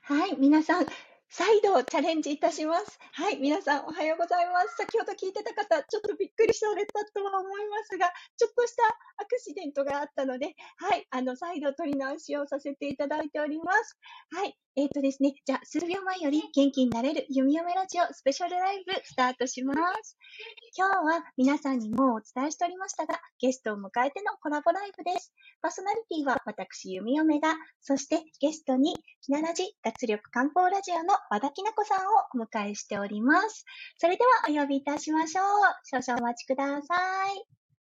はい、皆さん、再度チャレンジいたします。はい、皆さんおはようございます。先ほど聞いてた方、ちょっとびっくりされたとは思いますが、ちょっとしたアクシデントがあったので、はい、再度取り直しをさせていただいております。はい、ですね、じゃあ、数秒前より元気になれる弓嫁ラジオスペシャルライブスタートします。今日は皆さんにもお伝えしておりましたが、ゲストを迎えてのコラボライブです。パーソナリティは私、弓嫁が、そしてゲストに、きならじ脱力漢方ラジオの和田きなこさんをお迎えしております。それではお呼びいたしましょう。少々お待ちください。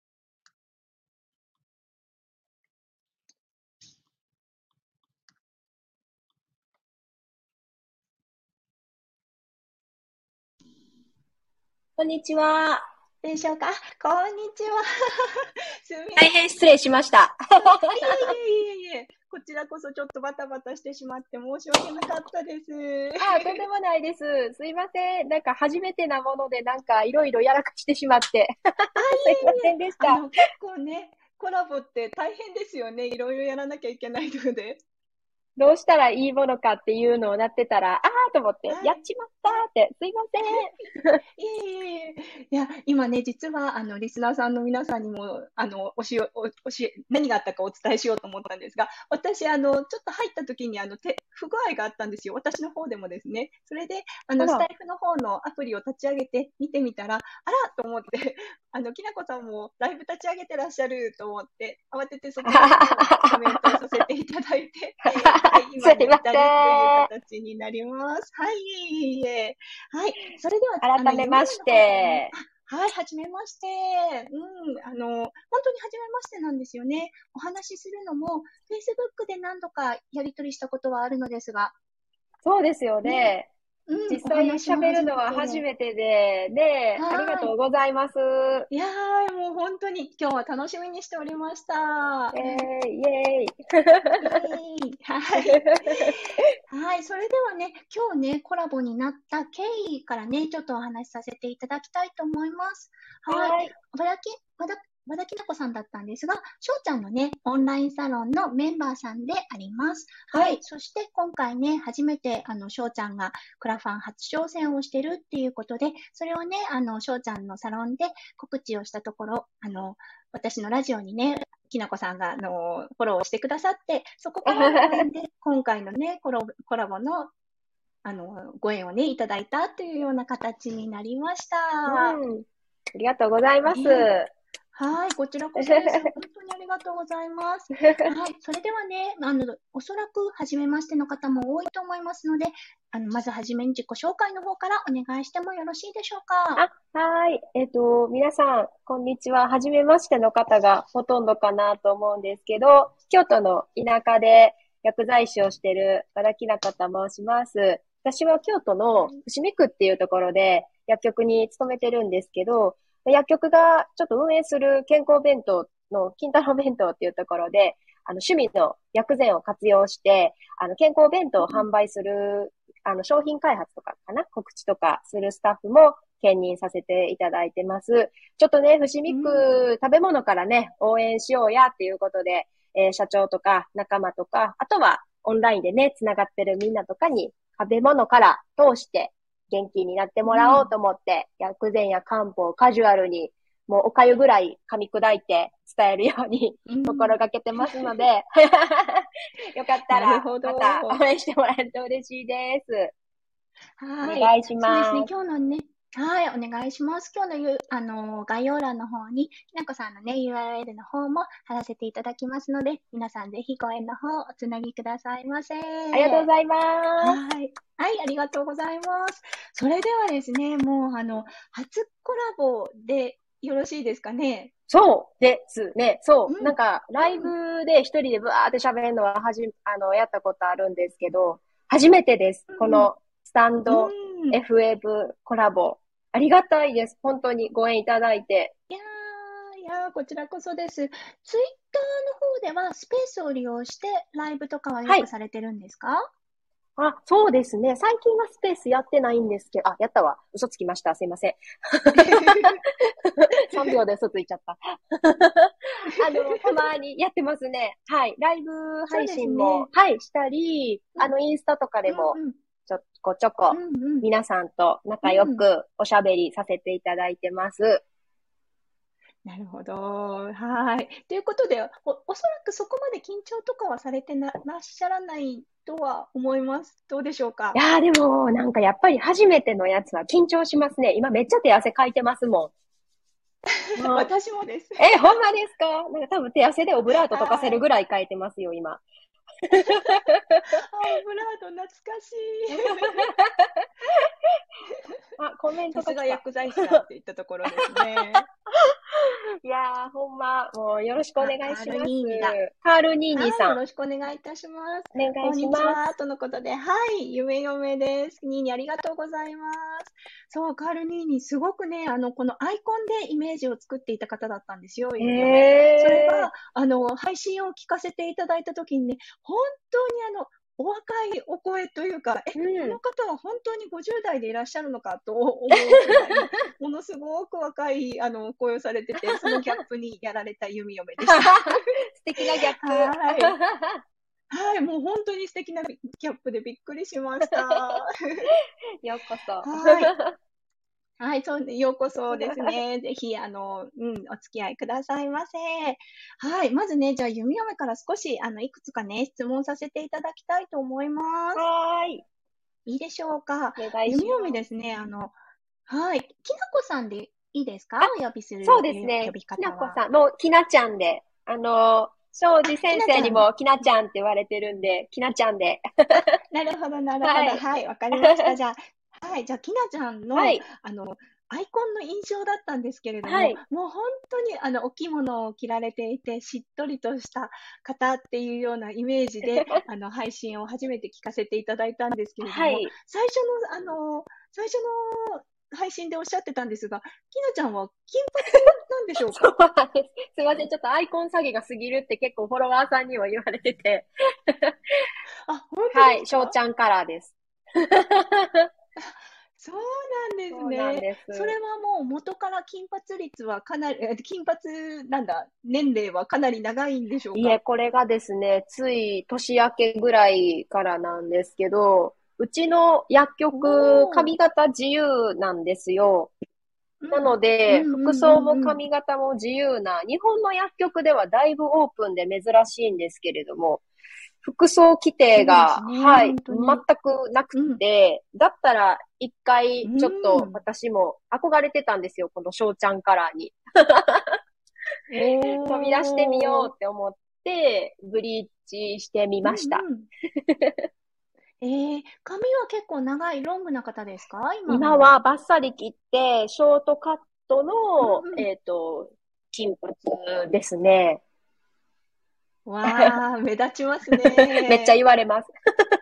こんにちは。 でしょうか。こんにちは。すみません。 大変失礼しました。 いえ。こちらこそちょっとバタバタしてしまって申し訳なかったです。 とんでもないです。すいません。なんか初めてなもので、なんかいろいろやらかしてしまって。すいませんでした。 結構ね、コラボって大変ですよね。いろいろやらなきゃいけないので。 どうしたらいいものかっていうのをなってたら、と思って、やっちまったって、すいません。 いや、今ね、実は、リスナーさんの皆さんにも、何があったかお伝えしようと思ったんですが、私、ちょっと入った時に、不具合があったんですよ。私の方でもですね。それで、スタあら、 イフの方のアプリを立ち上げて見てみたら、あらと思って、きなこさんもライブ立ち上げてらっしゃると思って、慌ててそちらの方にコメントをさせていただいて、はい、今に至るという形になります。はい、いえいえ。はい。それでは、 改めまし夢の方からね、 て。 はい、はじめまして。本当にはじめましてなんですよね。お話しするのも、Facebook で何度かやり取りしたことはあるのですが、 そうですよね、 ね。実お際話も初喋るのはめてで。 初めてで、ね、ありがはい。 とうございます。 いやー、もう本当に今日は楽しみにしておりました。 イェーイ。 イエーイ。はい。はい。それではね、今日ね、コラボになった経緯からね、ちょっとお話しさせていただきたいと思います。はい。 はい。 和田きなこさんだったんですが、しょうちゃんのね、オンラインサロンのメンバーさんであります。はい。 はい。 そして今回ね、初めて、しょうちゃんがクラファン初挑戦をしてるっていうことで、それをね、しょうちゃんのサロンで告知をしたところ、私のラジオにね、きなこさんが、フォローをしてくださって、そこからのご縁で、今回のね、コラボの、ご縁をね、いただいたというような形になりました。 うん。ありがとうございます。 ね、はい、こちらこそです。本当にありがとうございます。はい、それではね、おそらく初めましての方も多いと思いますので、まずはじめに自己紹介の方からお願いしてもよろしいでしょうか。 はい。皆さん、こんにちは。はじめましての方がほとんどかなと思うんですけど、京都の田舎で薬剤師をしている和田きなこと申します。私は京都の伏見区っていうところで薬局に勤めてるんですけど、薬局がちょっと運営する健康弁当の金太郎弁当っていうところで、趣味の薬膳を活用して、健康弁当を販売する、商品開発とかかな、告知とかするスタッフも兼任させていただいてます。ちょっとね、伏見区、食べ物からね、応援しようやっていうことで、社長とか仲間とか、あとはオンラインでね、つながってるみんなとかに、食べ物から通して元気になってもらおうと思って、薬膳や漢方をカジュアルに、もうお粥ぐらい噛み砕いて伝えるように心がけてますので、よかったらまた応援してもらえると嬉しいです。 はい。 お願いしそうですね。 ます。 今日のね、はい、お願いします。今日の概要欄の方に、きなこさんのね、URL の方も貼らせていただきますので、皆さんぜひご縁の方おつなぎくださいませ。 ありがとうございます。 はい。はい、ありがとうございます。それではですね、もう、初コラボでよろしいですかね。 そうですね。そうん、 う。なんか、ライブで一人でブワーって喋るのはやったことあるんですけど、初めてです。こうん、 のスタンうドん。 FF コラボ。ありがたいです。本当にご縁いただいて。 こちらこそです。ツイッターの方ではスペースを利用してライブとかはよはい。 くされてるんですか？ あ、そうですね。最近はスペースやってないんですけど、あ、やったわ。嘘つきました。すいません。3秒で嘘ついちゃった。たまにやってますね。はい。ライブそう配ですね。 信も、はい、したり、 うんインスタとかでも、 うんちょこちょこ、 うんうん皆さんと仲良うん。 くおしゃべりさせていただいてます。 なるほど。はい。ということで、おそらくそこまで緊張とかはされてらっしゃらないとは思います。どうでしょうか？ いやーでも、なんかやっぱり初めてのやつは緊張しますね。今めっちゃ手汗かいてますもん。もう、 私もです。 ほんまですか？なんか多分手汗でオブラート溶かせはい。 るぐらいかいてますよ、今。 あ、オブラート懐かしい。 あ、コメンさすがトが来た。 薬剤師さんって言ったところですね。 いやー、ほんま、もうよろしくおあ、 願いカールします。 ニーニだ。 カールニーニはい、 さん、 よろしくお願いいたします。 お願いこんします。 にちは、とのことで、はい、夢嫁です。ニーニありがとうございます。そう、カールニーニ、すごくね、このアイコンでイメージを作っていた方だったんですよ、 へ弓嫁。それえ、 が、配信を聞かせていただいたときにね、本当にお若いお声というか、 うこのん。 方は本当に50代でいらっしゃるのかと思うくらい、ものすごく若い、声をされてて、そのギャップにやられた弓嫁でした。 素敵なギャップ。 はい。はい、もう本当に素敵なギャップでびっくりしました。 ようこそ。 はい。はい、そうね、ようこそですね。ぜひ、お付き合いくださいませ。はい、まずね、じゃあ、弓嫁から少し、いくつかね、質問させていただきたいと思います。 はーい。 いいでしょうか？ お願いし弓嫁ます。 ですね、はい、きなこさんでいいですか？ あ、 お呼びすそうるですね。 呼びきな方は。 こさん、もう、きなちゃんで。庄あ、 司き先生になちゃん。 もきなちゃんって言われてるんで、きなちゃんで。 あ、なるほど、なるほど。 はい。 はい、わかりました。じゃあ、はい、じゃあ、きなちゃんの、 はい。 アイコンの印象だったんですけれども、 はい。 もう本当に、お着物を着られていて、しっとりとした方っていうようなイメージで、配信を初めて聞かせていただいたんですけれども、 はい。 最初の配信でおっしゃってたんですが、きなちゃんは金髪なんでしょうそうか？ なんです。すいません。ちょっとアイコン詐欺が過ぎるって結構フォロワーさんには言われてて。 あ、本当はい。 ですか？ 翔ちゃんカラーです。 そうなんですそうなんね。 です。 それはもう元から金髪率はかなり、金髪なんだ、年齢はかなり長いんでしょういえ、 か？ これがですね、つい年明けぐらいからなんですけど、うちの薬局、 おー。 髪型自由なんですよ。なうん。 ので、 うんうんう服装もんうん。 髪型も自由な、日本の薬局ではだいぶオープンで珍しいんですけれども、服装規定そうでが、 すね、 はい、全本当に。 くなくうん。 て、だったら一う回ちょっとん。 私も憧れてたんですよ、この翔ちゃんカラーに。飛び出してみようおー。 って思って、ブリーチしてみうました。 んうん。髪は結構長い、ロングな方ですか？今今はの。 バッサリ切って、ショートカットの、 うんうん。 金髪ですね。 わー、目立ちますめっちゃね。 言われます。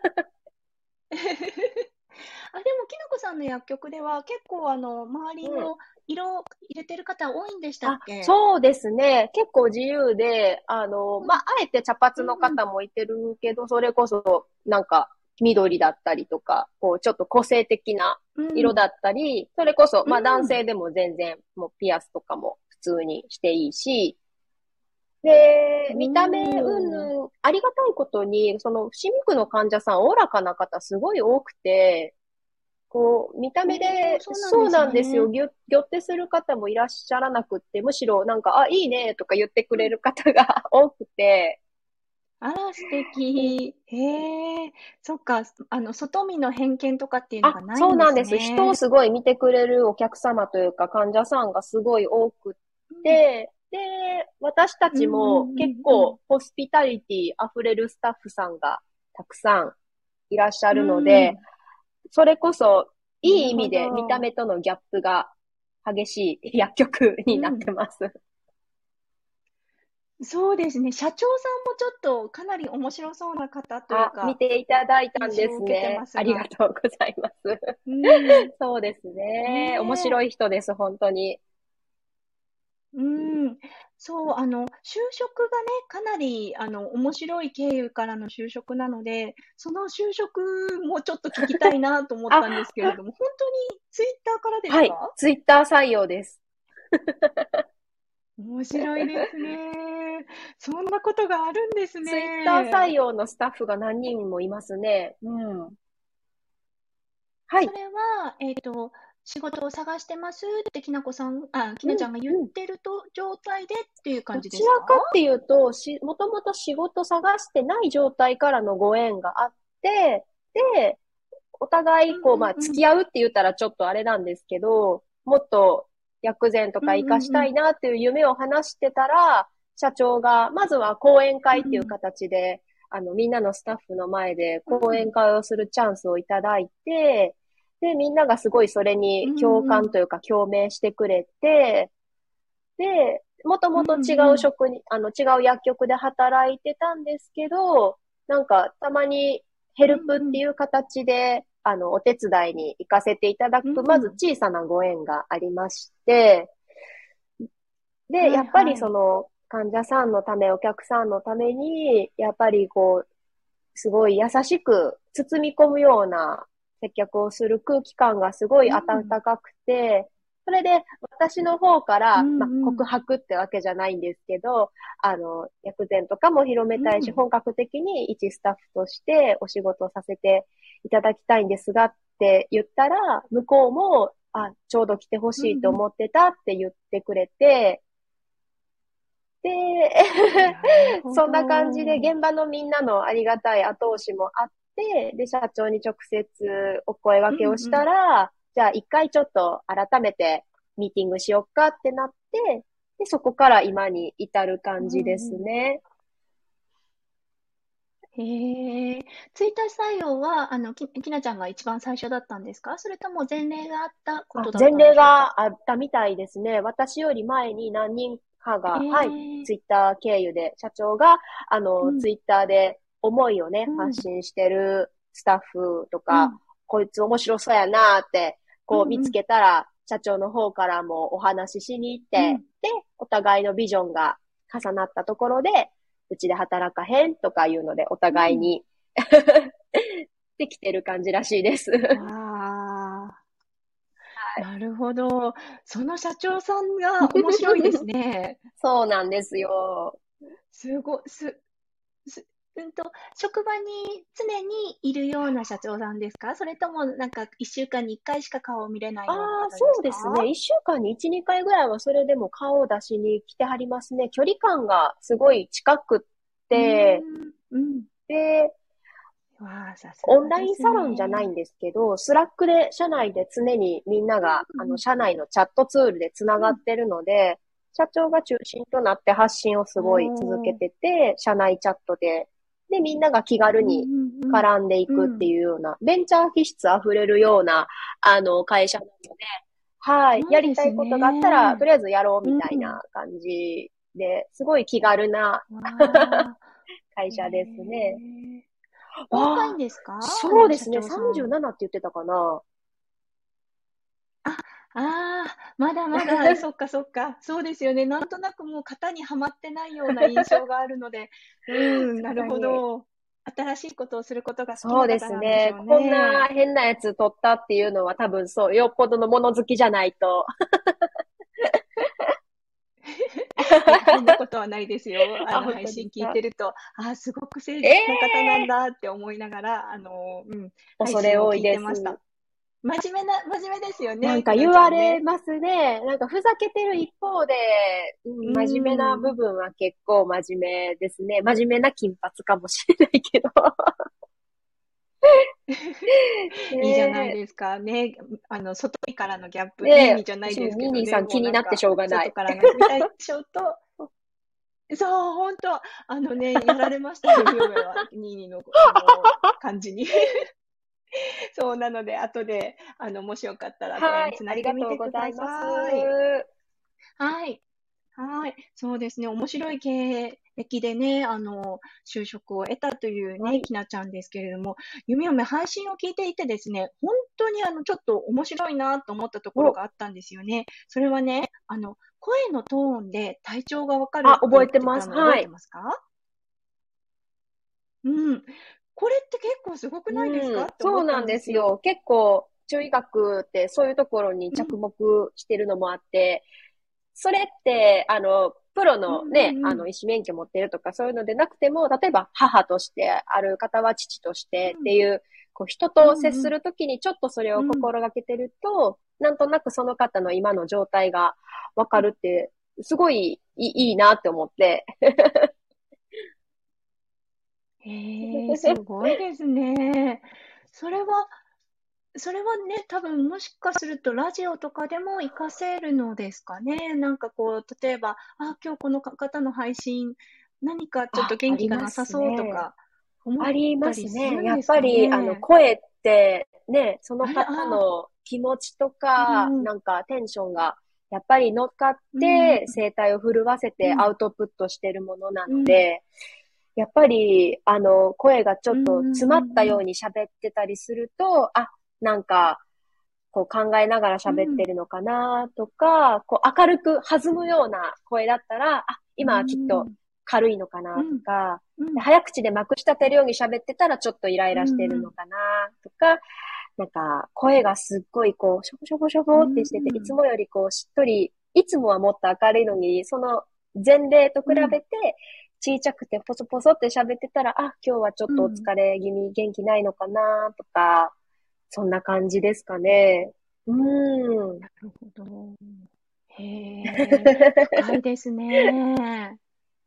あ、でも、きなこさんの薬局では結構周りうん。 の色入れてる方多いんでしたっあ、 け？ そうですね。結構自由で、まあ、 うん。 あえて茶髪のうんうん。 方もいてるけど、それこそ、なんか、緑だったりとか、こう、ちょっと個性的なうん。 色だったり、それこそ、 うまあ、男ん。 性でも全然、もう、ピアスとかも普通にしていいし、で、見た目、 おー。 ありがたいことに、その、シミクの患者さん、おおらかな方、すごい多くて、こう、見た目おー、 で、 そうなんでそうなんですよ。 すね。 ぎょってする方もいらっしゃらなくって、むしろなんか、あ、いいね、とか言ってくうん。 れる方が多くて、 あら、素うん。 敵。へえ。そっか。外見の偏見とかっていうのあ、 がないんですそうなんです。人をね。 すごい見てくれるお客様というか、患者さんがすごい多くっうん。 て、で、私たうんうんちも結うんうん。 構、ホスピタリティ溢れるスタッフさんがたくさんいらっしゃうるので、 ん。 それこそ、 なるほいい意味で見たど。 目とのギャップが激しい薬局になっうん。 てます。 そうですね。社長さんもちょっとかなり面白そうな方というあ、見か、 ていただいたんで印象を受けてすね。ありがますが。 とうございます。 うん。 そうですね。面ねえ。 白い人です、本当に。 うん、そう、就職がね、かなり、面白い経由からの就職なので、その就職もちょっと聞きたいなと思ったんですあ、 けれども、本当にツイッターからですはい。 か？ ツイッター採用です。 面白いですね。そんなことがあるんですツイッター採ね。 用のスタッフが何人もいますね。うん。はい。 それは、仕事を探してますってきうん、 なちゃんが言っうん。 てると状態でっていう感どじですか？ ちらかっていうと、もともと仕事探してない状態からのご縁があって、で、お互い、 うんこう、まあ、 うんうん。 付き合うって言ったらちょっとあれなんですけど、もっと薬膳とうんか活かしうんうん。 たいなっていう夢を話してたら、社長が、まずは講演会っていううん。 形で、みんなのスタッフの前でうん。 講演会をするチャンスをいただいて、で、みんながすごいそれうに共んうん。 感というか共鳴してくれて、で、もとうもと違んうん。 う職に、違う薬局で働いてたんですけど、なんか、たまにヘルプってうんうん。 いう形で、お手伝いに行かせていただく、まずうん。 小さなご縁がありまして、で、 はやっぱりいはい。 その、患者さんのため、お客さんのために、やっぱりこう、すごい優しく包み込むような接客をする空気感がすごい温うん。 かくて、それで私の方かうら、まあ、告んうん。 白ってわけじゃないんですけど、薬膳とかも広めたいし、 うん。 本格的に一スタッフとしてお仕事をさせていただきたいんですがって言ったら、向こうも、ちょうど来てほしいとうんうん。 思ってたって言ってくれて、で、 なるほそんな感じでど。 現場のみんなのありがたい後押しもあって、で、社長に直接お声う掛けをしんうん。 たら、じゃあ一回ちょっと改めてミーティングしよっかってなって、で、そこから今に至るう感じですんうん。 ね。 へえ。追加採用は、きなちゃんが一番最初だったんですか？それとも前例があったことだっ前例たんでしょうか？ があったみたいですね。私より前に何人かへが、はい、 え。 ツイッター経由で、社長が、 うん。 ツイッターで思いをね、 うん。 発信してるスタッフとか、 うん。 こいつ面白そうやなーって、こう見つうんうん。 けたら、社長の方からもお話ししに行って、 うん。 で、お互いのビジョンが重なったところで、うちで働かへんとかいうので、おうん。 互いにできてる感じらしいです。 わあ、なるほど。その社長さんが面白いですね。 そうなんですよ。 すご、す、す、うんと、職場に常にいるような社長さんですか？それともなんか一週間に一回しか顔を見れないような方そですか？ うですね。一週間に一、二回ぐらいはそれでも顔を出しに来てはりますね。距離感がすごい近くっうーて、 ん、うん。 で、 わあ、さすオンラインがですサロンじゃないんね。 ですけど、スラックで、社内で常にみんなうんが、 うん社内のチャットツールでつながうん。 ってるので、社長が中心となって発信をすおごい続けー。 てて、社内チャットで、で、みんなが気軽うんにうん絡んでいうん。 くってうん。 いうような、ベンチャー気質溢れるような、会社なので、はい。やりたそうですいことがあったら、とね。 りあえずやろうみうん。 たいな感じで、すごい気軽なわあ。 会へ社ですね。 え。お若いんああ、 ですか？社そうですね。 長さん。 37って言ってたかな。 あ、ああ、まだまだ、そっかそっか。そうですよね。なんとなくもう型にはまってないような印象があるので、なるさすがに。 ほど。新しいことをすることが好きそうでな方すね。 なんでしょうこんなね。 変なやつ取ったっていうのは多分そう、よっぽどの物好きじゃないと。 いや、変なことはないですよ。 あ、本配信聞い当ですか。 てると、すごく誠え実な方なんえだって思いながら、配恐れ信を聞い多いです。 てました。真面目ですよね、 なんかきな言わちゃんね。 れますね。なんかふざけてる一方で、 う真面目な部ん。 分は結構真面目ですね。真面目な金髪かもしれないけど。 いいじゃないねですか。ね、外見からのギャップ、 え、ねえ、 いい意味じゃない私もですけどね、 ニーニーさん気もうなんか、 になってしょうがない。 外からの見たい象と、そう、ほんと、やられましたよ、みおめは、ニーニーのその感じに。そうなので、後で、もしよかったらごはい、 縁つないでありがとうみてくだございます。 さい。はい。はい。そうですね。面白い経歴でね、就職を得たというね、 はい。 きなちゃんですけれども、弓嫁配信を聞いていてですね、本当にちょっと面白いなと思ったところお、 があったんですよね。それはね、 声のトーンで体調がわかるあ、 って覚言ってたえてます。 の覚えてはい。 ますか？うん。これって結構すごくないですかうん、 って思ったそうなんんですよ。 ですよ。結構、中医学ってそういうところにうん。 着目してるのもあって、それって、プロうんのね、 うんうん。 医師免許持ってるとかそういうのでなくても、例えば母としてある方は父としてっていう、こう人うと接んうん。 するときにちょっとそれをうん。 心がけてると、なんとなくその方の今の状態がわかるって、すごいいいなって思って。 へえ、すごいですね。それは、それはね、多分もしかするとラジオとかでも活かせるのですかね。なんかこう、例えば、あ、今日この方の配信、何かちょっとあ、あ元気がりますなさそうとね。 か思っありまたりすね。 するんやっですかぱり、 ね。 声ってね、そのあれ、 方の気持ちとか、 うんうん、 なんかテンションが、やっぱり乗っかっうんうん、 て、声帯を震わせてアうん、 ウトプットしてるものなうん、 ので、やっぱり、声がちょうん、 っとうん、 詰まったうん、 ように喋ってたりすると、あ、なんか、こう考えながらうん、 喋ってるのかなとか、こう明るく弾むような声だったら、あ、 う今はきっとん、 軽いのかなとうん、 か、 うん、 早口でまくし立てるように喋ってたらちょっとイライうん、 ラしてるのかなとか、なんか声がすっごいこう、しょぼしょぼしょうぼってしてて、いつん、 もよりこうしっとり、いつもはもっと明るいのに、その前例と比うん、 べて、小さくてポソポソって喋ってたら、あ、今日はちょっとおうん。 疲れ気味、元気ないのかなとか、そんな感じですかね。うーん。 なるほど。へえ、深いですね。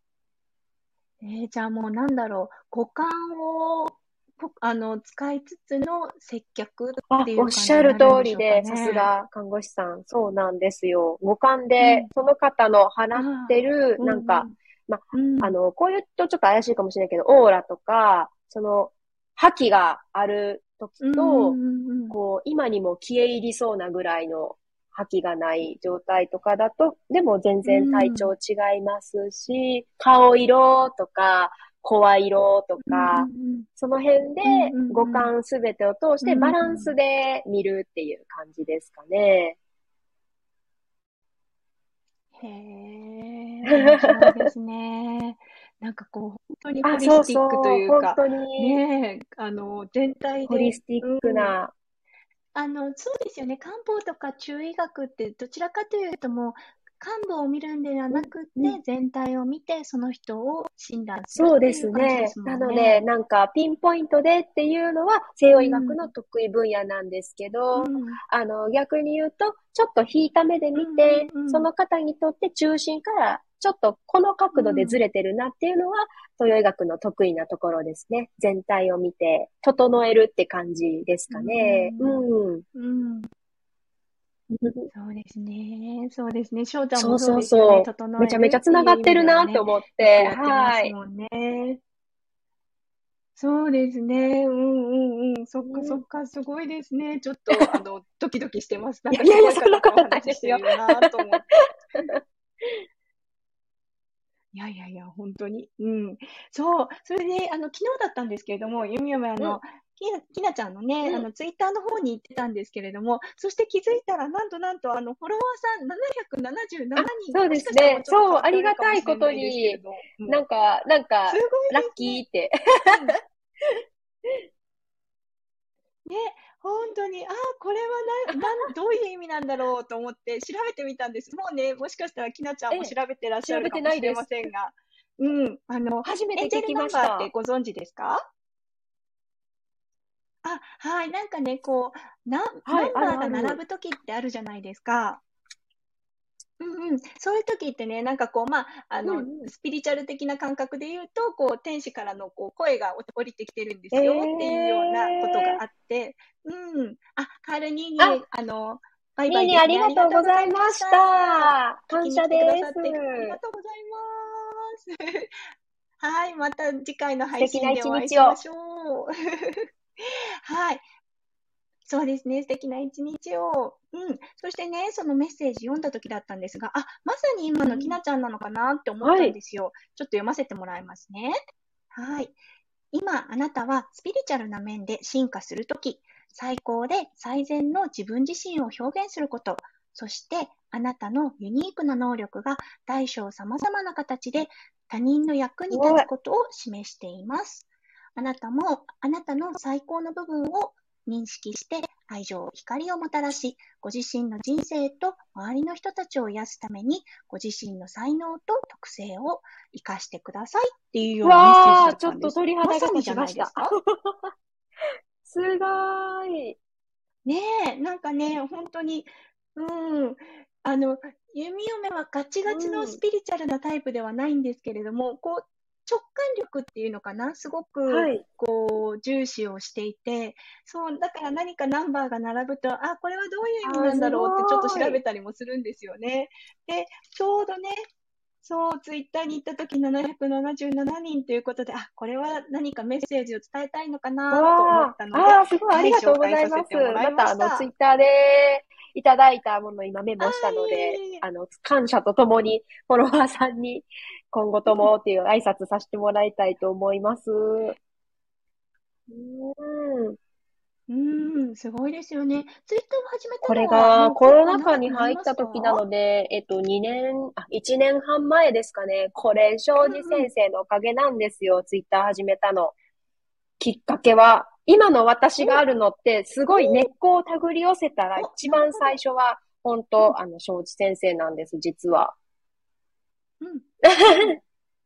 じゃあもうなんだろう、五感を、使いつつの接客ってあ、 いうおっし感じになるんゃる通でしょうかりで、さすね。 が看護師さん。そうなんですよ。五感で、 うん。 その方の放っああ、 てる、 うなんか、 んうん。 ま、 うん。 こう言うとちょっと怪しいかもしれないけど、オーラとか、その、覇気がある時うんと、 うんうんうん。 こう、今にも消え入りそうなぐらいの覇気がない状態とかだと、でも全う然体調ん。 違いますし、顔色とか、声色とうんうんうか、 ん。 その辺でうんうん五うん。 感すべてを通しうてバランスん。 で見るっていう感じですかね。 へえ、面白いですね。なんかこう、本当にホあ、 リそうスティックとそう、本いうか、 当にねえ、全体ホリで、 スティッうん、 クな、 そうですよね。漢方とか中医学ってどちらかというともう、漢方を見るんではうん、 なくって、 うん、 全体を見て、その人を診断するそうでっていうすね。 感じですもなので、 んね。 なんか、ピンポイントでっていうのは西洋医うん、 学の得意分野なんですけど、 うん、 逆に言うと、ちょっと引いた目でうん、 見て、 うん、うん、 その方にとって中心から、ちょっとこの角度でずうん、 れてるなっていうのは、東洋医学の得意なところですね。全体を見て、整えるって感じですうかね。 ん、 うん。 うん。そうですね。そうですね。翔ちゃんもそうそうそうですよね。 そう。めちゃめち整えるゃ繋がっっていう意味てるなってではね、 思って、 よくやってまはい。 すもんね。そうですね。うんうんうん。そっかうん、 そっか、すごいですね。ちょっと、ドキドキしてます。なんかいやいや、 すごい方そんなことないとお話ししですよ。 てるなと思って。いやいやいや、本当に。うん。そう。それで、昨日だったんですけれども、ゆみゆみうん、 きなちゃんのね、 うん。 ツイッターの方に行ってたんですけれども、そして気づいたら、なんと、フォロワーさん777 あ、 人、 そうもしかしたらもうですね。 ちょっとそう、あ変わってるかもりがたいこしれないですけれとに、 ど、うん。 なんか、 すごいラッですね。 キーって。 うん。ね、本当に、これはどういう意味なんだろうと思って調べてみたんです。もうね、もしかしたらきなちゃんも調ええ、 べてらっしゃ調べるかもしれてないです。 ませんが、うん、 初めエンジェルて聞きナンバーってました。 ご存知ですか？はい、なんかね、こう、ナはい、あンバーがるある。 並ぶ時ってあるじゃないですか。うんうん。そういう時ってね、なんかこう、 うんうん。 スピリチュアル的な感覚で言うと、こう、天使からのこう声が降りてきてるんでえすよっていうようなことがえー。 あって、うん。カールニーあ、 ニー、バイバニーニーあイですね。ありがりがとうごとうございまざいましした。 た。感聞きに来てくだ謝です。 さってありがとうございます。はい、また次回の配素敵な信でお会い一日を。 しましょう。はい。そうですね。素敵な一日を。うん。そしてね、そのメッセージ読んだ時だったんですが、まさに今のきうんうん。 なちゃんなのかなって思っはい。 たんですよ。ちょっと読ませてもらいますね。はい。今、あなたはスピリチュアルな面で進化するとき、最高で最善の自分自身を表現すること、 そして、あなたのユニークな能力が大小様々な形で他人の役に立つことを示しています。あなたも、あなたの最高の部分を認識して、愛情、光をもたらし、ご自身の人生と周りの人たちを癒すために、ご自身の才能と特性を生かしてくださいっていうようなメッセージだったんです。 ちょっと鳥肌が立ちました。 まさにじゃないですか？ すごーい。 ねえ、なんかね、本当に、うん、あの、弓嫁はガチガチのスピリチュアルなタイプではないんですけれども、直感力っていうのかな、すごく、 はい。 重視をしていて、そう、だから何かナンバーが並ぶと、これはどういう意味なんすだろうってちょっと調ごーい。 べたりもするんですよね。で、ちょうどね、そう、ツイッターに行った時777人ということで、これは何かメッセージを伝えたいのかなと思ったので、 すごい、あはい、 りがとうご紹介さざいます。 せてもらいまた、ツイました。 ッターでいただいたものを今メモしたのいえで、 いえいえ。 感謝とともに、フォロワーさんに、今後とうんもっていう挨拶させてもらいたいと思います。うーん。 すごいですよね。ツイッターを始めこれたのはがもう結コロナ禍構長くに入ったなりますか？ 時なので、1年半前ですかね。これ、庄司うんうん。 先生のおかげなんですよ。ツイッター始めたの。きっかけは、今の私があるのって、すごい根っこを手繰り寄せたら、一番なるほど。 最初は、本うん、 当庄司先生なんです、実は。 うん、うん。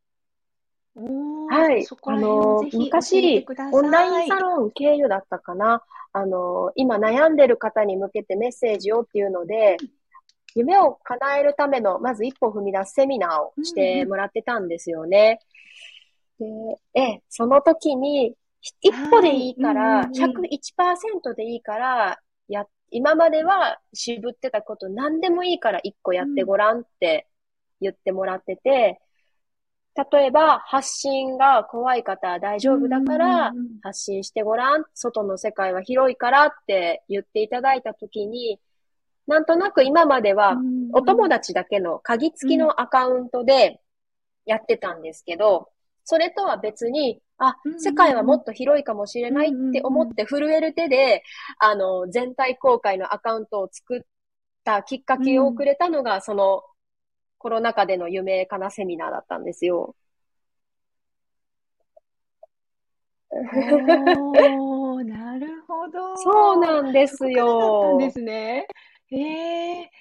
はい。 そこら辺をぜひ教えて昔、 くだオンラインさい。 サロン経由だったかな。今悩んでる方に向けてメッセージをっていうので、夢を叶えるための、まず一歩踏み出すセミナーをうん、うん。 してもらってたんですよね。で、その時に、一歩ではい。 いいうん、 から、 うん、うん。 101%でいいから、今までは渋ってたこと何でもいいから一個やってうん、 ごらんって言ってもらってて、例えば発信が怖い方は大うん、 丈夫だかうん、うん。 ら発信してごらん、外の世界は広いからって言っていただいた時に、なんとなく今までうはお友ん、 達だけの鍵うん。 付きのアカウントでやってたんですけど、それとは別に、 うん、 世界はうん、うん。 もっと広いかもしれうん、 ないってうん、うん。 思って震える手で、全体公開のアカウントを作ったきっかけをくれたのが、そのコロナ禍での夢かなセミナーだったんですよ。 なるほそうど。 なんですそこからだったんでよ。 すね。ええ、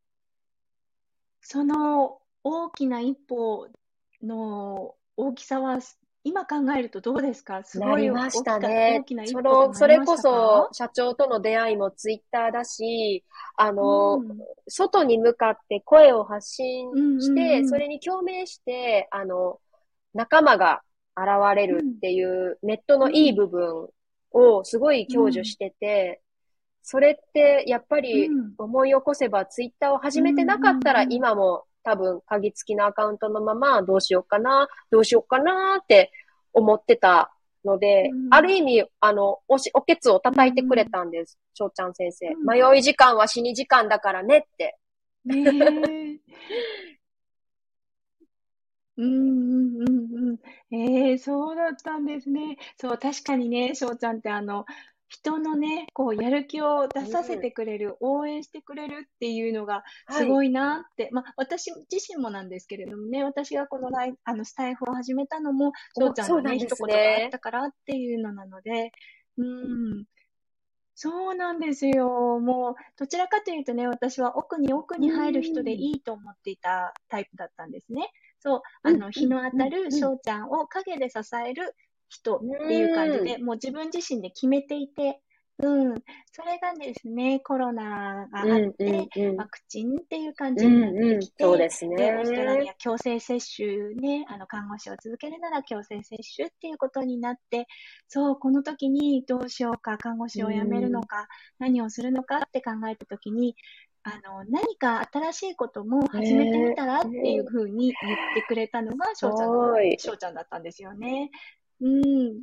その大きな一歩の大きさは、今考えるとどうですか？すごいなりました大ね。 きな一歩となそれりましこそ、 たか？ 社長との出会いもツイッターだし、あうの、 ん。 外に向かって声を発信うんして、 うんうん。 それに共鳴して、仲間が現れるっうん。 ていうネットのいいうん。 部分をすごいうん。 享受してて、それってやっぱりうん。 思い起こせばツイッターを始めてうん。 なかったらうん。 今も多分鍵付きのアカウントのままどうしようかな、どうしようかなって思ってたので、ある意味、おけつをう叩いてくれん。 たんです。翔ちゃん先生。 うん。 迷い時間は死に時間だからねって。 ねえ。うんうんうんうん。そうだったんですね。そう、確かにね、翔ちゃんって人のね、やる気を出させうん。 てくれる、応援してくれるっていうのがはい。 すごいなって、私自身もなんですけれどもね、私がこのスタイフを始めたのも、翔ちゃんのね、 そうなんで一言があっすね。 たからっていうのなので、うん、そうなんですよ。もう、どちらかというとね、私は奥に奥うに入る人でん。 いいと思っていたタイプだったんですね。そう、 うん、うん、 日の当うん、 たるうん。 翔ちゃんを陰で支える人うっていう感じん。 で、もう自分自身で決めていて、うん、それがですね、コロナがあっうん、うて、 ん、うん。 ワクチンっていう感うじになってん、うん。そうきて、 ですで、オーストラリね。 ア強制接種ね、看護師を続けるなら強制接種っていうことになって、そう、この時にどうしようか、看護う師を辞めるのん。 か、何をするのかって考えたときに、何か新しいことも始めてみたらっていうふうに言ってくれたのがすごい。 翔ちゃんだったんですよね。うん。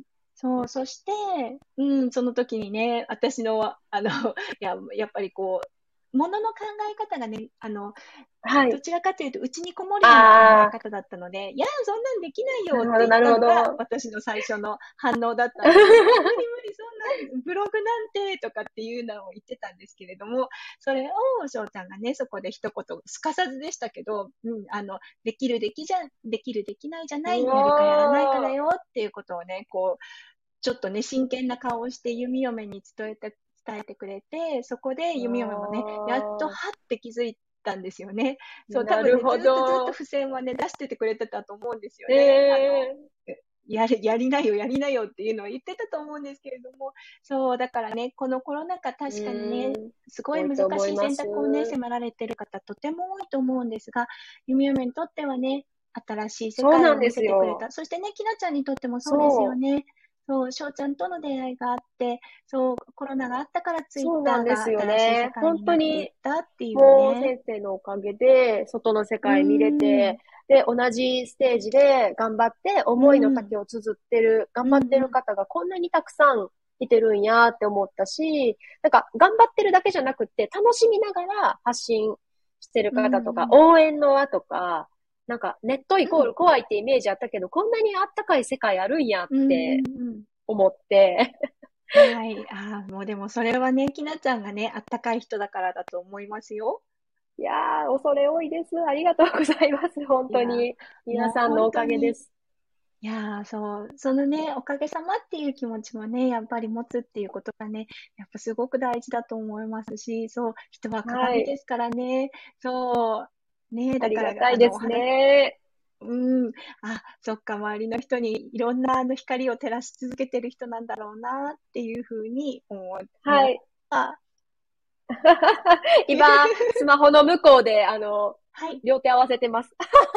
そう、そして、うん、その時にね、私の、やっぱり物の考え方がね、どはい。 ちらかというと、うちにこもるような考え方だったので、いや、そんなんできないよって言っなるほど、 たのが、 なるほど。 私の最初の反応だったんですよ。無理無理、そんなブログなんて、とかっていうのを言ってたんですけれども、それを翔ちゃんがね、そこで一言、すかさずでしたけど、できる、できないじゃなうい、やるかやらないかだわよっていうことをね、ちょっとね、真剣な顔をして弓嫁に伝えてくれて、そこでー。 弓嫁もね、やっとはって気づいたんですよね。そう、多分ね、ずなるほっとど。 付箋はね、出しててくれてたと思うんですよね。 えやりなよ、やりなよっていうのを言ってたと思うんですけれども、そう、だからね、このコロナ禍確かにね、すごい多いと難しい思います。 選択をね、迫られてる方とても多いと思うんですが、弓嫁にとってはね、新しい世そうなんで界を見せすよ。 てくれた。そしてね、きなちゃんにとってもそうですよそう。 ね。そう、翔ちゃんとの出会いがあって、そう、コロナがあったからツイッそうターがなんですよ新しい世ね。本界になっていっ当に、 たっていうもうね。 先生のおかげで、外の世うー界見れて、 ん、 で、同じステージで頑張ってう思いのん、 丈を綴ってる、 うん、 頑張ってうん、 る方がこんなにたくさんいてるんやって思ったし、なんか頑張ってるだけじゃなくて楽しみながら発信してるうん、 方とか、 うん、 応援の輪とか、なんかネットイコーうん、 ル怖いってイメージあったけど、こんなにあったかい世界あるんやっうん、 てうん。 思って、 はい。ああ、もうでもそれはね、きなちゃんがね、あったかい人だからだと思いますよ。 いやー、恐れ多いです。ありがとうございます。本いや当に。 ー、もう本皆さんのお当に、 かげです。 いやー、そう、そのね、おかげさまっていう気持ちもね、やっぱり持つっていうことがね、やっぱすごく大事だと思いますし、そう、人ははい。 鏡ですからね、そう、ね、 ありがだから、おたいです話、 ね。 うん、そっか、周りの人にいろんな光を照らし続けてる人なんだろうなっていうふうに思っはい。 た。 今、スマホの向こうで、 はい。 両手合わせてます。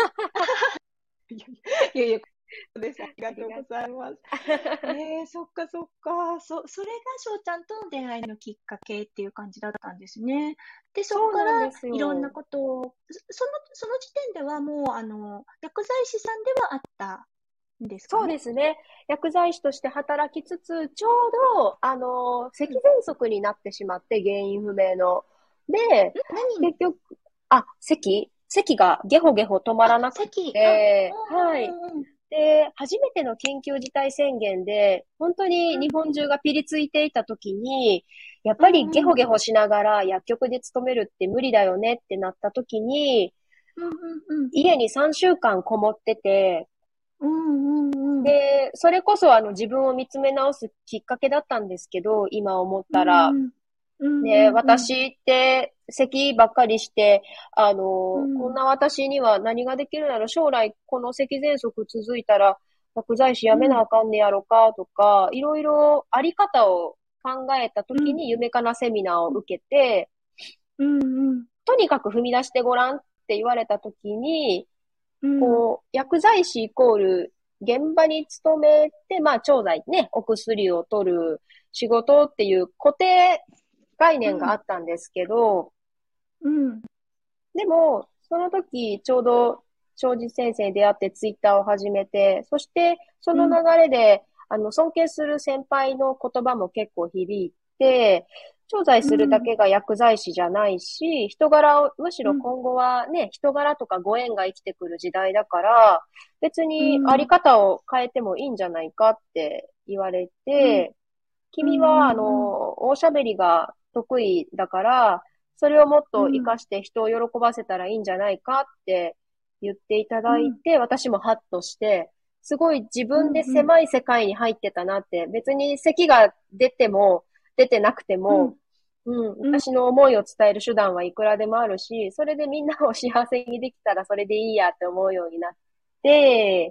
いやいや、そうです。ありがとうごありがざいます。そっかそっか。それが翔ちゃんとの出会いのきっかけっていう感じだったんですね。で、そっからそうなんですいろんなよ。 ことを、その時点ではもう、薬剤師さんではあったんですかそうね。 ですね。薬剤師として働きつつ、ちょうど、咳うん。 喘息になってしまって、原因不明の。で、 何、 結局、咳がゲホゲホ止まらなく席、 て、はい。 うんうんうんうん。 で、初めての緊急事態宣言で、本当に日本中がピリついていた時に、やっうぱりゲんうん。 ホゲホしながら薬局で勤めるって無理だよねってなった時に、 うんうんうん。 家に3週間こもってて、 うんうんうん。 で、それこそ自分を見つめ直すきっかけだったんですけど、今思っうたら、 んうん。うんうね、 んうん。 私って咳ばっかりして、こんうんな私には何ができるなら将来この咳喘息続いたら薬剤師やめなうんあかんねやろかとか、いろいろあり方を考えたうん時に夢かなセミナーを受けて、 うんうんとにかく踏み出してごらんって言われた時に、 うんこう、薬剤師イコール現場に勤めて、まあ、調剤ね、お薬を取る仕事っていう固定概念があうんったんですけど、 うん。 でも、その時、ちょうど、庄司先生に出会ってツイッターを始めて、そして、その流うん、 れで、尊敬する先輩の言葉も結構響いて、調剤するだうん、 けが薬剤師じゃないし、人柄を、むしうん、 ろ今後はね、人柄とかご縁が生きてくる時代だから、別うにありん、 方を変えてもいいんじゃないかって言われうん、 て、 う君は、 ん、うん、 大喋りが得意だから、それをもっと活うん、 かして人を喜ばせたらいいんじゃないかって言っていたうん、 だいて、私もハッとして、すごい自分でうん、うん、 狭い世界に入ってたなって、別に咳が出ても、出てなくても、 うん、 私の思いを伝える手段はいくらでもあるし、それでみんなを幸せにできたらそれでいいやって思うようになって、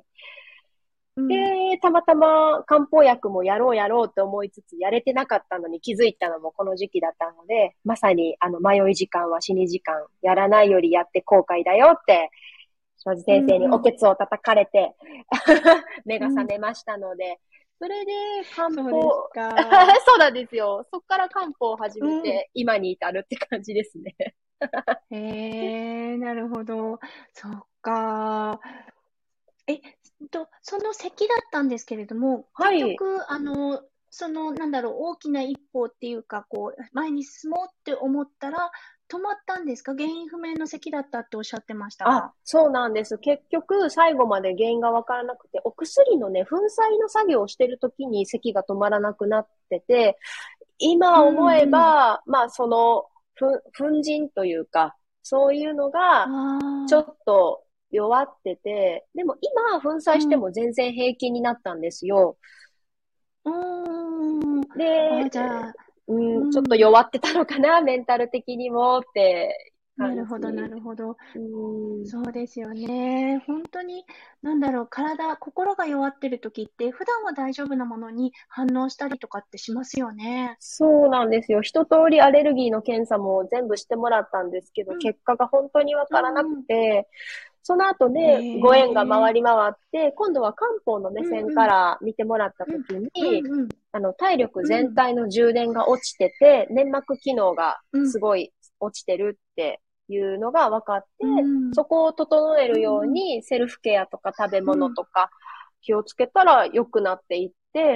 うん、 で、たまたま漢方薬もやろうやろうと思いつつ、やれてなかったのに気づいたのもこの時期だったので、まさに迷い時間は死に時間、やらないよりやって後悔だよって、庄司うん、 先生にうん、 おケツを叩かれて目が覚うん。 めましたので、それで漢そうです方、 か。 そうなんですよ。そっから漢方を始うん。 めて、今に至るって感じですね。 なるほど。そっか。その席だったんですけれども、 はい。 結局、 大きな一歩っていうか、前に進もうって思ったら、止まったんですか？原因不明の咳だったっておっしゃってましたあ、 が。 そうなんです。結局、最後まで原因がわからなくて、お薬のね、粉砕の作業をしてる時に咳が止まらなくなってて、 う今思えんば、まあ、粉塵というか、そういうのうが、ちょん。あっと弱ってて、でも今、粉あ、 砕してうん。 も全然平気になったんですよ。 うーん。あ、 で、 じゃあ、 ちょっとうん。 弱ってたのかな、メンタル的にもって感なるほど、なじ。 るほど。 うん、 そうですよね。本当に、心が弱ってる時って、普段は大丈夫なものに反応したりとかってしますよね。 そうなんですよ。一通りアレルギーの検査も全部してもらったんですけど、 うん、 結果が本当にわうからなくん、 て、その後へね、ご縁が回え、 り回って、今度は漢方の目うん、 線かうん、 ら見てもらったうん、 時に、 うん、 体力うん、 全体の充電が落ちてて、粘膜機能がうん、 すごい落ちてるっていうのが分かって、 うん、 そこを整えうん、 るよううん、 にセルフケアとか食べうん、 物とか気をつけたら良くなっていって、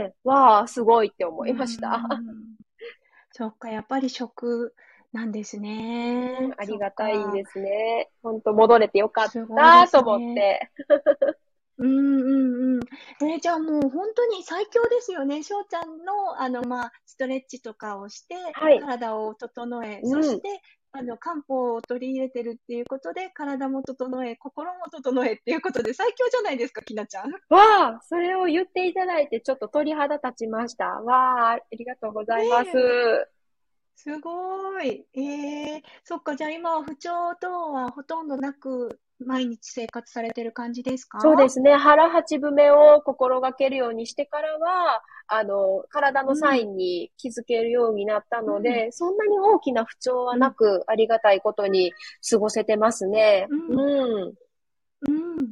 わあ、すごいって思ういました。 ん。そっか、やっぱり食なんですね。 ありそっがたいか、 ですね。本当戻れてよかっすごいでたと思っすね。 て。 うんうんうん。じゃあもう本当に最強ですよね。翔ちゃんの、ストレッチとかをして、 はい。 体を整え、そうん。 して、漢方を取り入れてるっていうことで、体も整え、心も整えっていうことで最強じゃないですか、きなちゃん。 わあ、それを言っていただいてちょっと鳥肌立ちました。わあ、ありがとうござねいます。 え、すごい。そっか、じゃあ今は不調等はほとんどなく、毎日生活されてる感じですか？ そうですね。腹八分目を心がけるようにしてからは、体のサイうん、 ンに気づけるようになったうん、 ので、そんなに大きな不調はうん、 なく、ありがたいことに過ごせてますね。 うん。 うん。 うん。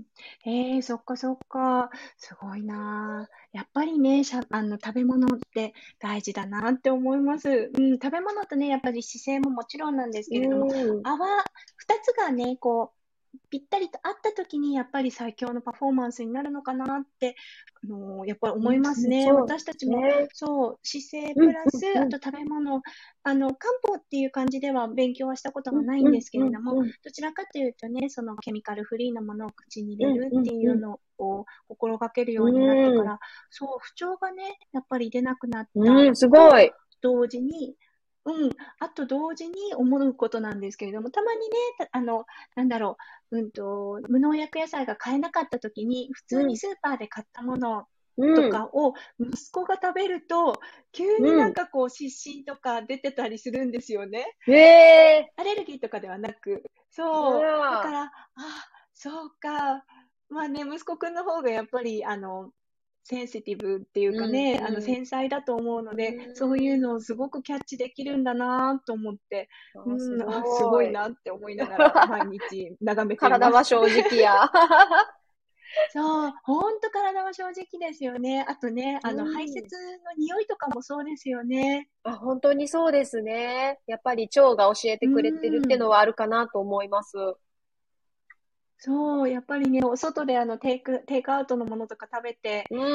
そっかそっか。すごいなあ。やっぱりね、食べ物って大事だなって思います。うん、食べ物とね、やっぱり姿勢ももちろんなんですうけれども、 ん。 二つがね、ぴったりと合った時に、やっぱり最強のパフォーマンスになるのかなって、やっぱり思いますうん、 ね。 そう私たちも、 ね。 そう、姿勢うん、 プラス、 うん、 あと食べ物、漢方っていう感じでは勉強はしたことうん、 がないんでうん、うん、 すけれども、 うん、 どちらかというとね、そのケミカルフリーなものを口にうん、 入れるうん、 っていううん、 のを心がけるようになってかうん、 ら、そう、不調がね、やっぱり出なくなったうん、すごとい。 同時に、うん、あと同時に思うことなんですけれども、たまにね、なんだろ無農薬野菜が買えなかった時に、普通うん、 にスーパーで買ったものうとん、 かを息子が食べると、急にうん。 湿疹とか出てたりするんですよね。 ええアレルギーとかではなく。 ー、うそう。だかわら、そうか。まあね、息子くんの方がやっぱり、センシティブっていうかうん、 ね、 うん、 繊細だと思うのうで、そういうのをん。 すごくキャッチできるんだなと思って、 すすごいごい。 なって思いながら毎日眺めています。 体は正直や。 そう、ほんと体は正直ですよね。あとね、 う排泄ん。 の匂いとかもそうですよね。 あ、本当にそうですね。やっぱり腸が教えうてくれてるっていうん。 のはあるかなと思います。 そう、やっぱりね、お外でテイクアウトのものとか食べて、 うん。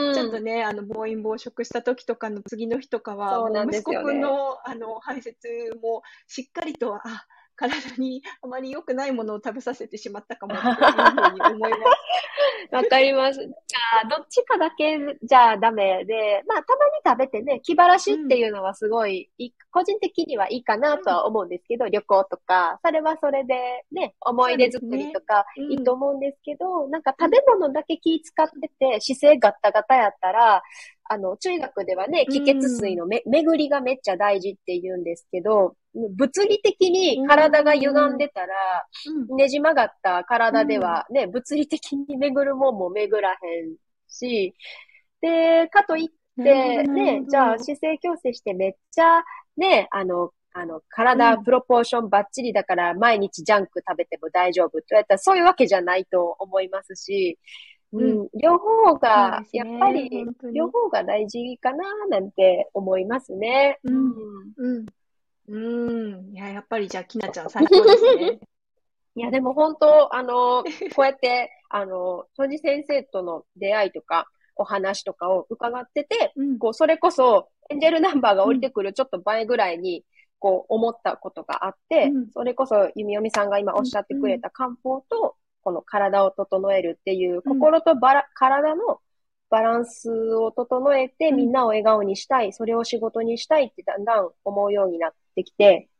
ちょっとね、暴飲暴食した時とかの次の日とかは、 そうなんでもう息子すよね。 くんの、排泄もしっかりと、体にあまり良くないものを食べさせてしまったかもっていうふうに思います。 わかります。じゃあ、どっちかだけじゃダメで、まあ、たまに食べてね、気晴らしってうん、 いうのはすご個人的にはいいかなとうん、 は思うんですけど、旅行とか、それはそれでね、思そうでい出作りとすね。 かいいとうん、 思うんですけど、なんかうん、 食べ物だけ気使ってて、姿勢ガッタガタやったら、中医学ではね、 う気血水ん、 の巡りがめっちゃ大事って言うんですけど、物理的にう体が歪んん、 でたら、 うん、 ねじ曲がった体でうん、 はね、物理的に巡るもんも巡らへんし、で、かといっなるほど、 て、 なるほね、じゃあど。 姿勢矯正してめっちゃ、ね、体うん、 プロポーションバッチリだから毎日ジャンク食べても大丈夫って言われたらそういうわけじゃないと思いますし、ううん、 ん、両方そうでが、やっぱすね。 り、 本当に。 両方が大事かななんて思いますね。 うん、 うん。 うん、いや、やっぱりじゃあ、きなちゃん最強ですね。 いや、でも本当、こうやって、庄司先生との出会いとか、 お話とかを伺ってて、 うん。 こう、それこそ、エンジェルナンバーが降りてくるちょっと前ぐらいに、こう、思ったことがあって、 うん。 それこそ、弓読さんが今おっしゃってくれた漢方と、この体を整えるっていう、 うん。 心と体のバランスを整えて、 うん。 みんなを笑顔にしたい、それを仕事にしたいってだんだん思うようになってきて、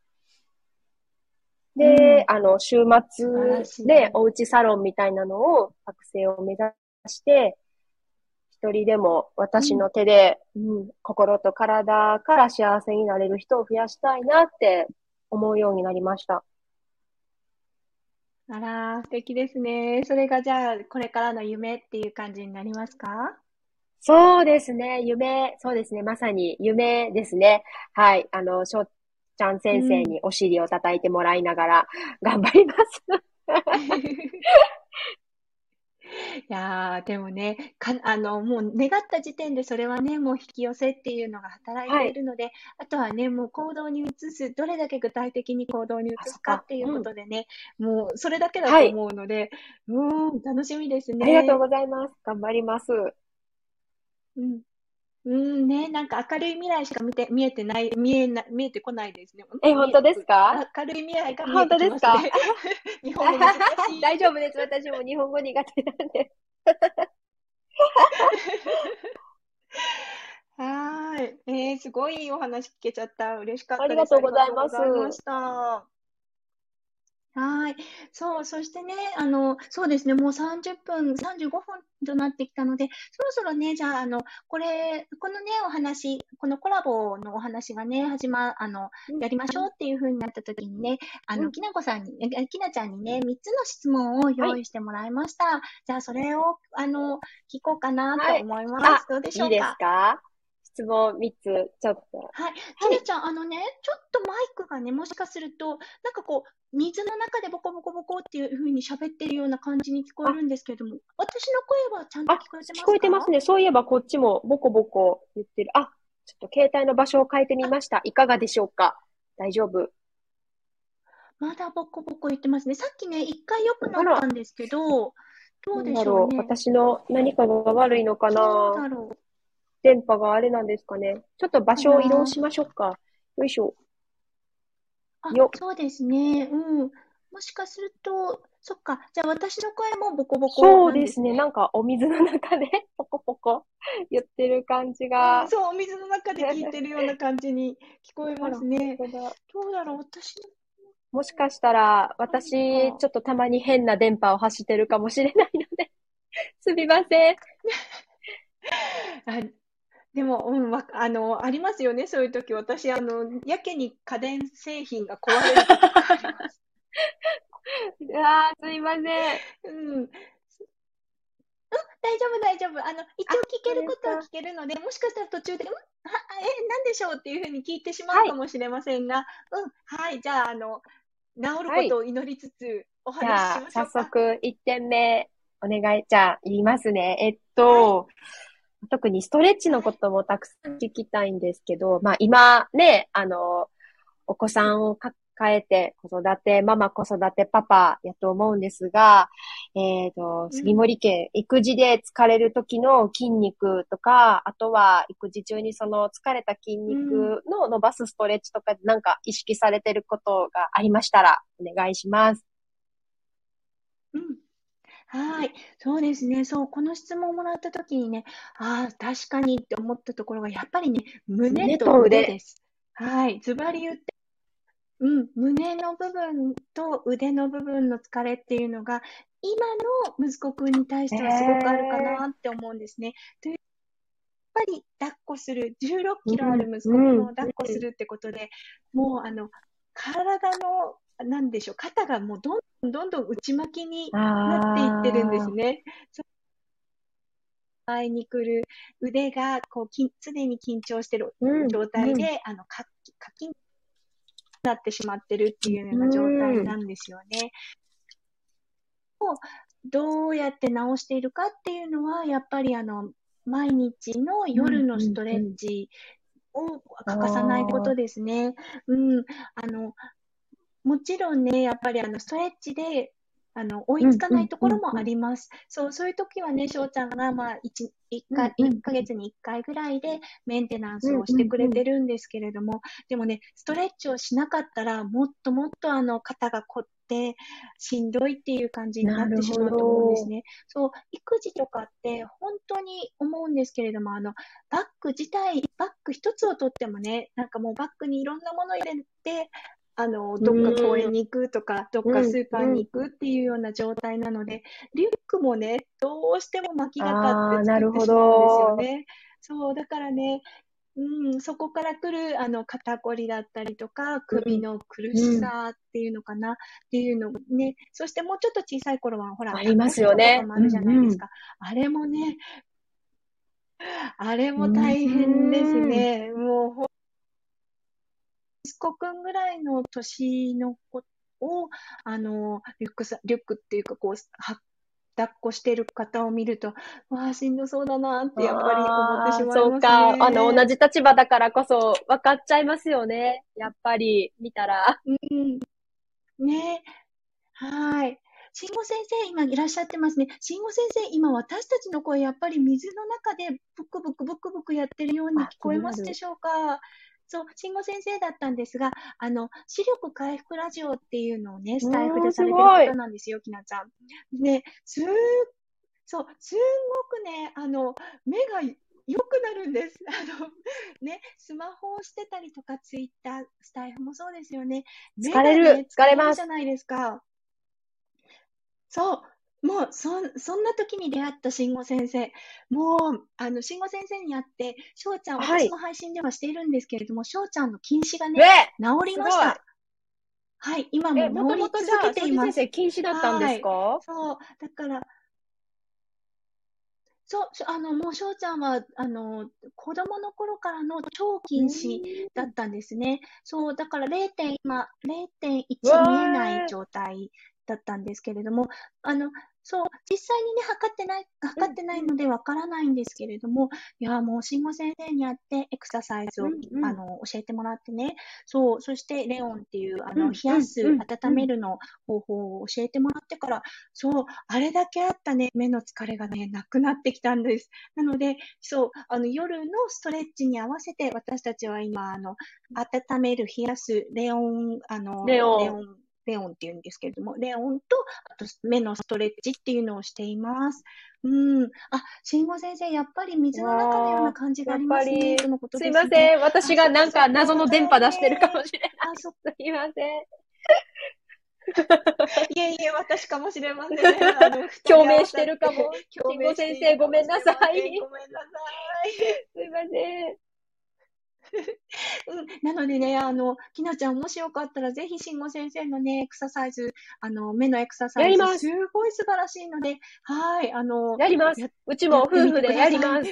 で、 うん。 週素晴らし末でい。 おうちサロンみたいなのを、学生を目指して、一人でも私うん。 の手で、心と体から幸せになれる人を増やしたいなって思うようになりました。 あら、素敵ですね。それがじゃあ、これからの夢っていう感じになりますか？ そうですね、そうですね、まさに夢ですね。はい、しょうちゃん先生うん。 にお尻を叩いてもらいながら頑張ります。 いやー、でもね、もう願った時点でそれはね、もう引き寄せっていうのが働いはい。 ているので、あとはね、もう行動に移す、どれだけ具体的に行動に移あ、そすっか。 かっていうこうん。 とでね、もうそれだけだとはい。 思うので、楽しみですありがとうね。 ございます。頑張ります。 うん。ね、なんか明るい未来しか見えてない、見えてこないですね。 本当ですか？ 明るい未来が見え本て当ですか？ きますね。日本語難しい。 大丈夫です。私も日本語苦手なんで。 はーい。すごいいいお話聞けちゃった。嬉しかったです。 ありがとうありがとうごございます。 ざいました。はい。そう、そしてね、そうですね、もう30分、35分となってきたので、そろそろね、じゃあ、このね、お話、このコラボのお話がね、 うん、 やりましょうっていう風になった時にね、 うん。 きなこさんに、きなちゃんにね、3つの質問をはい。 用意してもらいました。じゃあ、それを、聞こうかなとはい。 思います。 あ、 どうでしいいですょうか？ か？質問3つ、ちょっと。 はい。きはい。 なちゃん、ちょっとマイクがね、もしかすると、なんかこう、水の中でボコボコボコっていう風に喋ってるような感じに聞こえあ、 るんですけれども、私の声はちゃんとあ、 聞こえて聞ますか？ こえてますね。そういえばこっちもボコボコ言ってる。あ、ちょっと携帯の場所を変えてみあ、 ました。いかがでしょうか？大丈夫？ まだボコボコ言ってますね。さっきね、一回良くなあら、 ったんですけど、どなうでんだろう。 しょうね。 私の何かが悪いのかどうな？ だろ電波があれなんですかね。ちょっとうか場所を移動な。 しましょうか。よいしょ。 あ、 よ。 そうですね。うん。もしかすると、そっか。じゃあ私の声もボコボコなんそうですね。なですね。 んかお水の中でポコポコ言ってる感じうん、 が。 そう、お水の中で聞いてるような感じに聞こえあら、 ますね。 本当だ。 どうだろう、私のもしかしたら、 悪いの私、 か。 ちょっとたまに変な電波を発してるかもしれないのですみません。 あ、でも、ありますよね、そういう時。私、やけに家電製品が壊れる時とかあります。 すいません。 うん。大丈夫、大丈夫。一応あ、 聞けそうることはですか。 聞けるので、もしかしたら途中で、なんでしょうっていうふうに聞いてしまうはい。 かもしれませんが、はい、じゃあ、治るはい。 ことを祈りつつ、お話ししじゃあ、早ましょうか。 速、1点目、お願い。じゃあ、言いますね。 はい、 特にストレッチのはい。 こともたくさん聞きたいんですけど、まあ今ね、お子さんを抱えてママ子育てパパやと思うんですが、杉うん、 森家、育児で疲れる時の筋肉とか、あとは育児中にその疲れた筋うん、 肉の伸ばすストレッチとかなんか意識されてることがありましたらお願いします。 うん。はい。そうですね。そう、この質問をもらったときにね、確かにって思ったところが、やっぱりね、胸胸とと腕。 腕です。はい。ズバリ言って、胸の部分と腕の部分の疲れっていうのが、今の息子くんに対しえてはすごくあるかー、 なって思うんですね。という、やっぱり抱っこする、16キロあうん、 る息子くんをうん、 抱っこするってことで、もう体の、なんでしょう、肩がもうどんどん内巻きになっていってるんですああ、 ね。前に来る腕がこう常に緊張しているうん、 状態うん、 で、カキンになってしまってるっていうような状うん、 態なんですよね。どうやって直しているかっていうのは、やっぱり毎日のうん、 夜のうん、 ストレッうん。 チをあ欠かさないことあ、 ですね。うん。あの、もちろんね、やっぱりストレッチで追いつうん、うん、 かないところもあうん、 ります。そういう時はね、翔ちゃんが、まあ、 うん、 1 うん、 ヶ月に1回ぐらいでメンテナンうん、 スをしてくれうん。 てるんですけれども、でもね、ストレッチをしなかったら、もっともっと肩が凝って、しんどいっていう感じになってしなるほまうと思うんですど。 ね。そう、育児とかって本当に思うんですけれども、バッグ一つをとってもね、なんかもうバッグにいろんなもの入れて、 うどっか公ん、 園に行くとか、どっかうん、 スーパーうん。 に行くっていうような状態なので、リュックもね、どうしても巻きがかってああ、な作ってるほしまうんですよど。 ね。そう、だからね、そこから来る、肩こりだったりとか、 うん、 首の苦しうん。 さっていうのかなっていうのね、そしてもうちょっと小さい頃は、ほら、 ありま抱っこすよね。 紐とかもあうるじゃないん、うん。 ですか。あれもね、あれうも大変ですん。 ね。もう、息子くんぐらいの年の子を、リュックっていうか、抱っこしてる方を見ると、わあ、しんどそうだなってやっぱり思ってああ、 しまいますそうか。同ね。 じ立場だからこそ分かっちゃいますよね。やっぱり、見たら。 うん。ね。はい。慎吾先生、今いらっしゃってますね。慎吾先生、今私たちの声、やっぱり水の中でブクブクブクブクやってるようにあ、 聞こえ気になる。 ますでしょうか？そう、慎吾先生だったんですが、視力回復ラジオっていうのをね、スタイフですされてるごい。 方なんですよ、きなちゃん。ね、そう、すんごくね、目が良くなるんです。ね、スマホをしてたりとか、ツイッター、スタイフもそうですよね。目がね、 疲疲れます。 れるじゃないですか。そう。もう、そんな時に出会った慎吾先生。もう、慎吾先生に会って、翔ちゃん、 はい。 私も配信ではしているんですけれども、翔ちゃんの近視がえ、 ね、治りすごい。 ました。はい、今ももと治り続けもとじゃあ、庄司先生ています。 禁止だったんではい。 すか？ そう。だから、そう、もう翔ちゃんは、子供の頃からの超うー近視だっん。 たんですね。そう、だからう 0.1見えないわー。 状態だったんですけれども、あの、そう、実際にね、 うん、 測ってないうん、 のでわからないんですけれども、いや、もう、慎吾先生に会って、エクササイズを、 うん、うん、 教えてもらってね、そう、そして、レオンっていう、 うん、 冷うん、うやす、 ん、うん。 温めるの方法を教えてもらってから、そう、あれだけあったね、目の疲れがね、なくなってきたんです。なので、そう、夜のストレッチに合わせて、私たちは今、温める、冷やす、 レオン。 レオンっていうんですけれども、レオンと、あと、目のストレッチっていうのをしています。慎吾先生、やっぱり水の中のようなわあ、 感じがあやっりますね、 ぱり、 とのことすいですね。 ません。私がそっかなんかそっか、 謎の電波はい出してるかもね。 しれない。 そっすいません。 いえいえ、私かもしれません。二人合共鳴しわさっててるかも。 共慎吾鳴している先生、ごかもしめんなされません。 い。 ごめんなさい。 すいません。 なのでね、きなちゃん、もしよかったら、ぜひ、慎吾先生のね、エクササイズ、目のエクササイズ、すやります。 ごい素晴らしいので、はい、 やります。うちもやってみてく夫婦でやださい。 ります。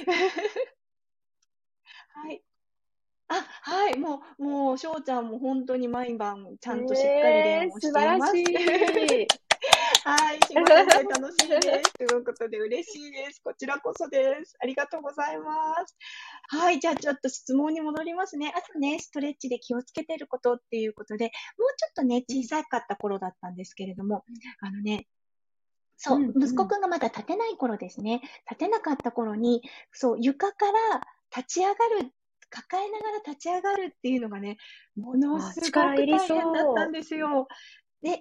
はい。はい、翔ちゃんも本当に毎晩、ちゃんとしっかりレオンをし素晴らしています。 い。 はい、慎吾先生楽しいです。ということで嬉しいです。こちらこそです。ありがとうございます。はい、じゃあちょっと質問に戻りますね。あとね、ストレッチで気をつけてることっていうことで、もうちょっとね、小さかった頃だったんですけれども、あのね、 うん、 そう、息子うん。 くんがまだ立てない頃ですね。立てなかった頃に、そう、床から立ち上がる、抱えながら立ち上がるっていうのがね、ものあ、 すご力いりく大変だったんそですよ。で、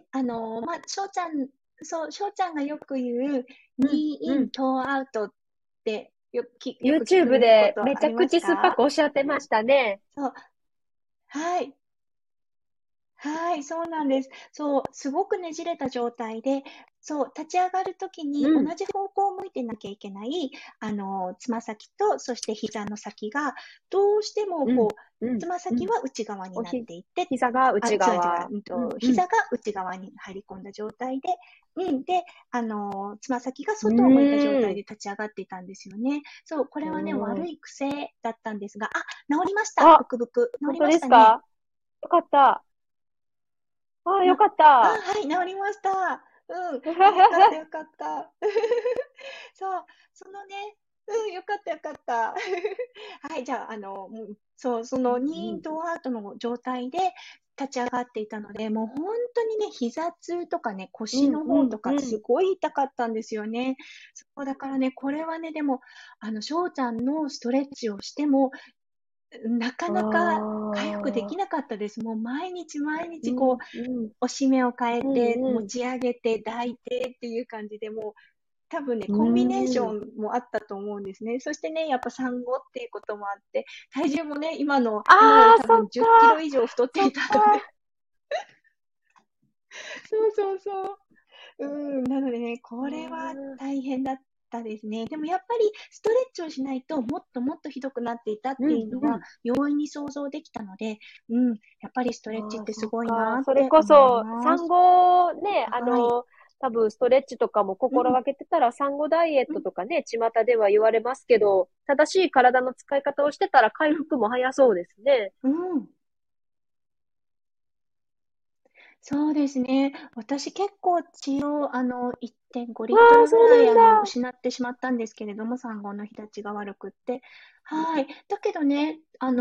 翔ちゃんがよく言う、 う。うん、 ニーイン、 うん。 トーアウトってよく聞 YouTube くこでめっちゃとあります口酸っぱくか？ おっしゃってましたね。 そう。はい。はい、そうなんです。そう、すごくねじれた状態で、そう、立ち上がるときに同うん、 じ方向を向いてなきゃいけない、つま先と、そして膝の先が、どうしてもうん、 こう、 うん、 つまうん。 先は内側になっていって、 膝が内違う、 側。うん、うん。 膝が内側に入り込んだ状態で、で、つま先がう外を向いた状ーん。 態で立ち上がっていたんですよね。そう、これはね、 うん。 悪い癖だったんですが、治りました。ブあ、 クブク。治り本当ましたね。 ですか？よかった。あ、よな、 かった。 はい、治りました。よかった、よかった。そう、そのね、よかった、よかった。はい、じゃあ、そう、そうん、 のうん。 ニートアートの状態で、 立ち上がっていたので、もう本当にね、膝痛とかね、 うん腰のうん方とかすごい痛かったんですよね。そうだからね、これはね、でも、翔ちゃんのストレッチをしても、なかあなか回復できあ、 なかったです。もう毎日毎日こう、 うんうんおしめを変えて、持うんち上げて、抱いてっていう感じで、もう多分ね、 うコンビネーショん。 ンもあったと思うんですね。そしてね、やっぱ産後っていうこともあって、体重もね、今よりああ、 多分10キロ以上太ってそっいたので、 か。 そうそうそう。なのでね、 うこれはん大変だったですね。でもやっぱりストレッチをしないともっともっとひどくなっていたっうていうのはん。 容易に想像できたので、やっぱりストレッチっああ、 てすごいそっか。 なっそれて思いこそ、産ます。 後ね、 はい。 多分ストレッチとかもうん、 心がけてたら産後ダイエッうん、 トとかね、巷では言われますけど、正しい体の使い方をしてたら回復も早そうですね。 うん。そうですね。私結構血を1.5 わあ、 リットルぐそうらいなんだ。 失ってしまったんですけれども、産後の日立ちが悪くって。はい。だけどね、 うん。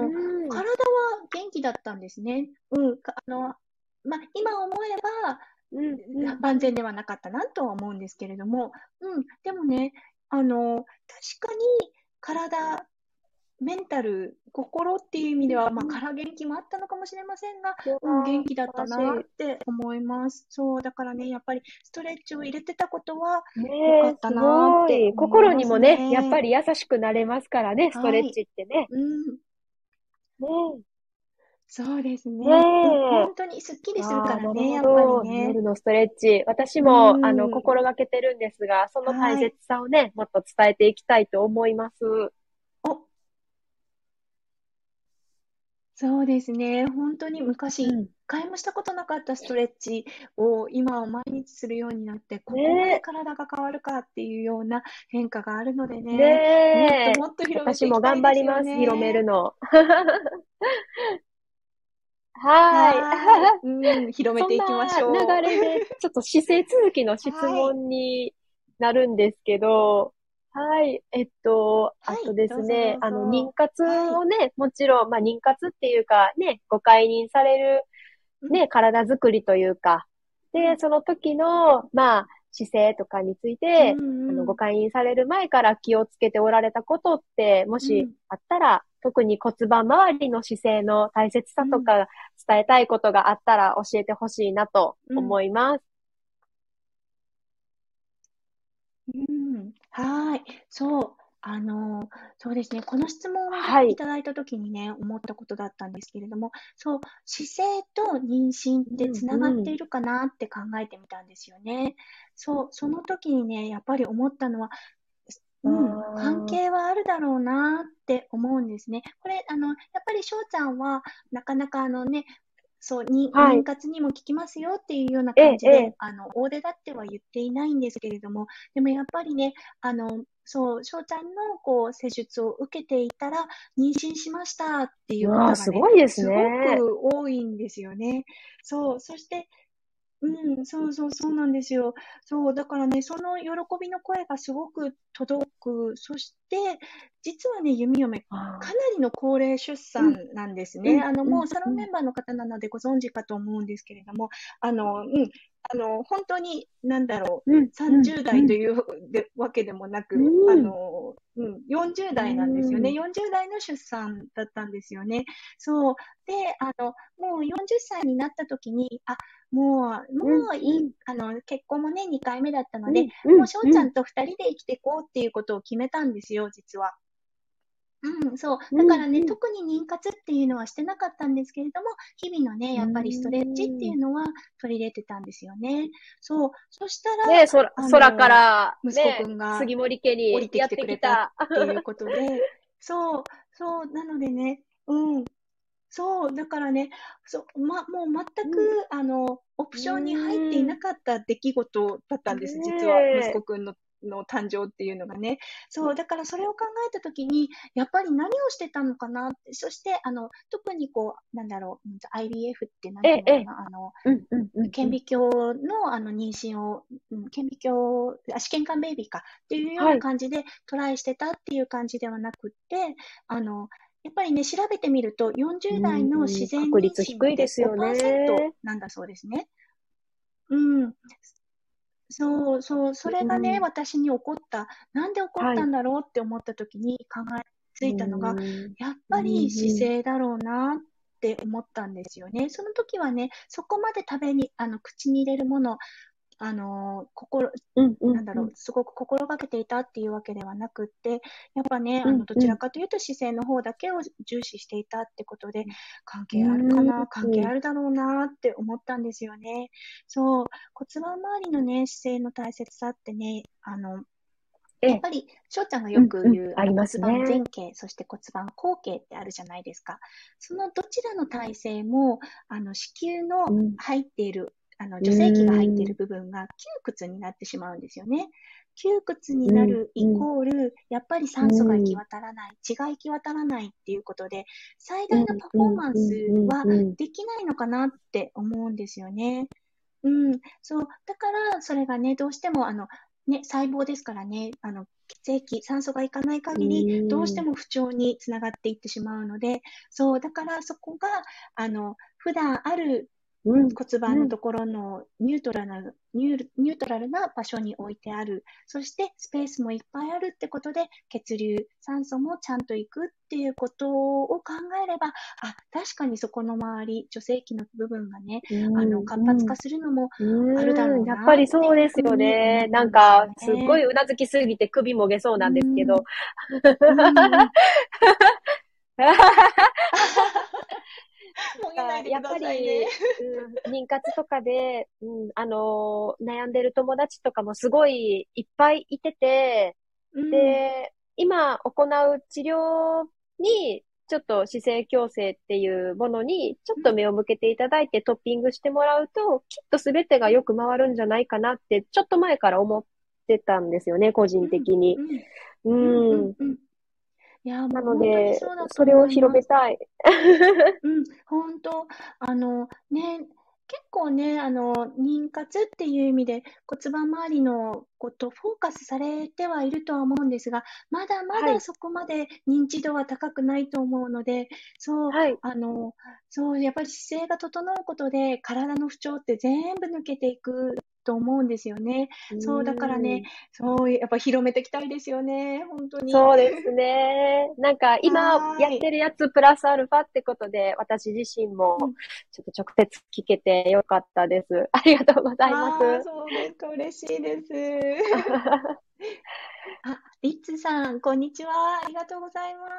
体は元気だったんですね。うん。今思えば、 うん、うん、うん。 万全ではなかったなとは思うんですけれども、でもね、確かに体メンタル、心っていう意味では、 うん。 空元気もあったのかもしれませんが、 うわ元あ、素気だった晴らしい。 なって思います。そう、だからね、やっぱりストレッチを入れてたことは良かねえ、 ったすなってごい。心思いますにもね、やっぱね。 り優しくなれますからね、ストレッはい。 チってね。 うん。 ねそうですえ、 ね。 ねえ。 本当にすっきりするああ、なるからね、やっぱりほど。 ね。 夜のストレッチ。私うも、 ん。 心がけてるんですが、その大はい。 切さをね、もっと伝えていきたいと思います。 お、そうですね。本当に昔、一うん。 回もしたことなかったストレッチを今は毎日するようになって、ここまでね体が変わるかっていうような変化があるのでえ、 ね、もっとねえ。 もっと広めていきた私も頑いですよ張ります。広めね。 るの。はい。 はーい。広めそんていきましな流ょう。 れで、ちょっと姿勢続きの質はい。 問になるんですけど、はい。あとはい。どうぞどですね、 うぞ。 妊活はい。 をね、もちろん、まあ、妊活っていうか、ね、ご解任される、 うん。 ね、体づくりというか、で、 うん。 その時の、まあ、姿勢とかについうて、ごんうん。 解任される前から気をつけておられたことって、もしうん。 あったら、特に骨盤周りの姿勢の大切うん。 さとか、伝えたいことがあったら教えてほしいなとうん。 思います。 はい。そう。そうですね。この質問をはい。 いただいたときにね、思ったことだったんですけれども、そう、姿勢と妊娠っうてつながっんうん。 ているかなって考えてみたんですよね。そう、その時にね、やっぱり思ったのは、 あ関あ、 係はあるだろうなって思うんですね。これ、やっぱり翔ちゃんは、なかなかそう、妊はい。 活にも効きますよっていうようなええ、 感じで、 ええ。 大手だっては言っていないんですけれども、でもやっぱりね、そう、翔ちゃんの施術を受けていたら、妊娠しましたっていううわあ、 方がね、 すごいですすごね。 く多いんですよね。そう、そして、そうそう、そうなんですよ。そう、だからね、その喜びの声がすごく届く。そして、実はね、弓嫁、 あかなあ、 りの高齢出うん、 産なんですね。 うん、うん、 もうサロうん。 ンメンバーの方なのでご存知かと思うんですけれども、本当に、なんだろう、 うん、うん、 30 うん。 代というわけでもなうく、 ん、 40 う代なんですよね。 ん。 40代の出産だったんですよね。そう。で、もう40歳になった時に、もうん、 ういい、 うん、 結婚もね、2回目だったので、 うん、うん、 もう翔ちうん、 ゃんと2人で生きていこうっていうことを決めたんですよ、実は。そう。 うん、 だからね、 うん。 特に妊活っていうのはしてなかったんですけれども、日々のね、 うやっぱりストレッチってーん。 いうのは取り入れてたんですよね。そう。そしたら、 ねえ、空から、 息子くねえ、 んが杉森家降りてきにやっててくれたっきた。 ていうことで、そう、そう、なのでね、うん、そう、だからね、もう全く、 うん、 オプうションに入っていーん。 なかった出来事だったんです、実は、息子ねえ。 くんの誕生っていうのがね。そう、だからそれを考えたときに、やっぱり何をしてたのかなって、そして、特になんだろう、IVF ってなんええ、ええ。 ていうのかな、 うん、うん、うん、うん。 顕微鏡の妊娠を、顕微鏡、試験管ベイビーかっていうようはい。 な感じでトライしてたっていう感じではなくって、あの、 やっぱりね、調べてみると、40代の自然確妊率低娠っていですよ 5% ね。 なんだそうですね。うん。そうそう、それがね、 うん。 私に起こった、なんで起こっはい。 たんだろうって思った時に考えつういたのが、 ん。 やっうぱり姿ん。 勢だろうなって思ったんですよね。その時はね、そこまで食べに、口に入れるもの、 うん。うん。うん。 すごく心がけていたっていうわけではなくって、やっぱね、 うん。 どちらうん。 かというと姿勢の方だけを重視していたってことで、関う係あるかん。 な、関係あるだろうなって思ったんですよね。そう、骨盤周りのね、姿勢の大切さってね、 ええ。 やっぱり、翔ちゃんがようん。うん。 く言う、 ありま骨すね。 盤前傾、そして骨盤後傾ってあるじゃないですか。そのどちらの体勢も、子宮のうん。 入っている、 う女性器が入っているん。 部分が窮屈になってしまうんですよね。窮屈になうん。 るイうん。 コール、やっぱりう酸素が行きん。 渡らない、血が行き渡らないっていうことで、最うん。 大のパうん。 フォーマンうん。うん。 スはうん。 できないのかなって思うんですよね。うん、そう。だから、それがね、どうしても、ね、細胞ですからね、血液、酸素がいかないう限り、どうしてん。 も不調につながっていってしまうので、そう、だからそこが、普段あるうん。 骨うん。 盤のところのニュートラルな場所に置いてある。そしてスペースもいっぱいあるってことで、血流、酸素もちゃんと行くっていうことを考えれば、確かにそこの周り、女性器の部分がね、 うん。 活発化するのもあるだうん。やっぱろうなりっていうふそうですように思っね。なたんですよんか、すっごね。 いうなずきすぎて首もげそううなんですけど。 ん、うん、うん。もげないでくやっぱださいね。 り、妊活とかで、悩んでる友達とかもすごいいっぱいいてて、 うん、 で、今行う治療に、ちょっと姿勢矯正っていうものに、ちょっうん、 と目を向けていただいてトッピングしてもらうと、きっと全てがよく回るんじゃないかなって、ちょっと前から思ってたんですよね、個人うん、 的に。 うん、 ううん、うん、 ん。 うん。いや、 なもう本当にので、 そうだとそれを広思います。 めたい。 うん、本当、ね、結構ね、妊活っていう意味で骨盤周りのことフォーカスされてはいるとは思うんですが、まだまはい。 だそこまで認知度は高くないと思うので、そう、 はい。 そう、やっぱり姿勢が整うことで体の不調って全部抜けていくと思うんですよね。 うそう、だからね、 ん。 そう、やっぱ広めていきたいですよね、本当に。 そうですね。なんか今やはーい。 ってるやつプラスアルファってことで、私自身もうん。 ちょっと直接聞けてよかったです。ありがとうございます。 ああ、そうですか。嬉しいです。リッツさん、こんにちは。ありがとうございます。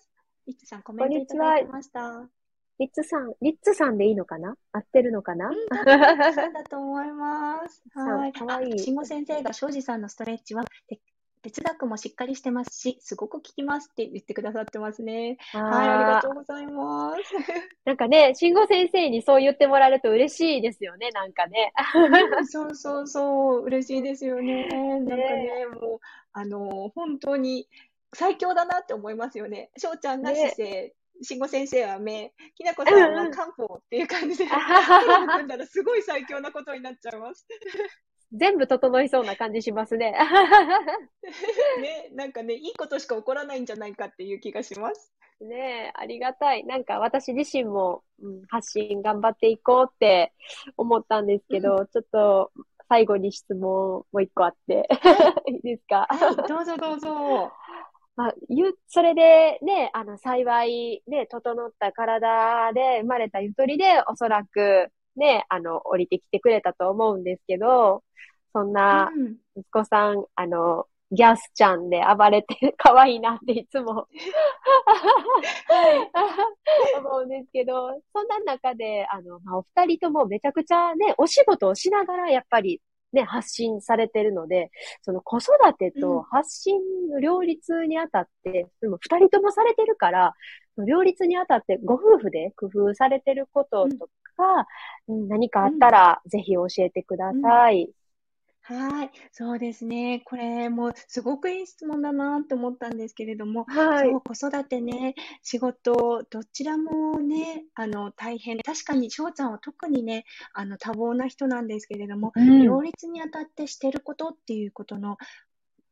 リッツさん、コメこんントいにちは。 ただいてました。うん、 リッツさんでいいのかな？合ってるのかな？ 多分リッツさんだと思います。 さん、 はい。 かわいい。 慎吾先生が庄司さんのストレッチは、哲学もしっかりしてますし、すごく効きますって言ってくださってますね。はい、ありがとうあー、 ございます。 なんかね、慎吾先生にそう言ってもらえると嬉しいですよね、なんかね。 うん、そうそうそう、嬉しいですよね。 ねなんかね、もう、本当に最強だなって思いますよね。翔ちゃんね、 が姿ね。 勢、慎吾先生は目、きなこうさんはんうん。 漢方っていう感じで、 あははコラボはは。 組んだらすごい最強なことになっちゃいます。 全部整いそうな感じしますね。 ね、なんかね、いいことしか起こらないんじゃないかっていう気がします。 ねえ、ありがたい。なんか私自身も、発信頑張っていこうって思ったんですうん。 けど、ちょっと最後に質問もう一個あってはい、 いいですか？ はい、どうぞどうぞ。 まあ、それでね、幸いね、整った体で生まれたゆとりでおそらくね、降りてきてくれたと思うんですけど、そんなうん。 息子さん、ギャスちゃんで暴れて可愛いなっていつもはい。 思うんですけど、そんな中で、まあ、お二人ともめちゃくちゃね、お仕事をしながらやっぱりね、発信されてるので、その子育てうん。 と発信の両立にあたって、でも二人ともされてるから、両立にあたってご夫婦で工夫されてることうん。 とか、何かあうん。 ったらぜひ教えてくだうん。 さい。 はい、そうですね。これもすごくいい質問だなと思ったんですけれども、 はい。 そう、子育てね、仕事、どちらもね、大変。確かに翔ちゃんは特にね、多忙な人なんですけれども、 うん。 両立にあたってしてることっていうことの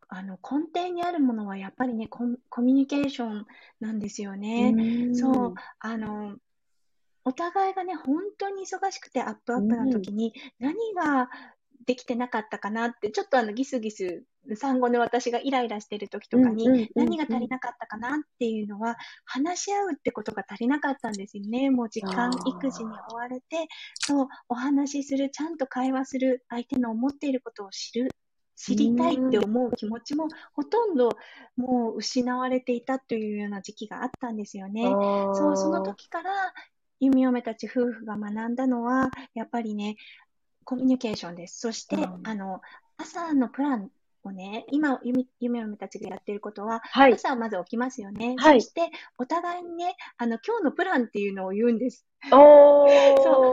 根底にあるものはやっぱりね、コミュニケーションなんですよね。そう、お互いがね、本当に忙しくてアップアップな時に、何ができてなかったかなって、ちょっとギスギス、産後の私がイライラしてる時とかに、何が足りなかったかなっていうのは、話し合うってことが足りなかったんですよね。もう時間、育児に追われて、そう、お話しする、ちゃんと会話する、相手の思っていることを知りたいって思う気持ちもほとんどもう失われていたというような時期があったんですよね。そう、その時から弓嫁たち夫婦が学んだのは、やっぱりね、コミュニケーションです。そして、朝のプランをね、今、夢嫁たちがやっていることは、朝はまず起きますよね。そして、お互いにね、今日のプランっていうのを言うんです。そう、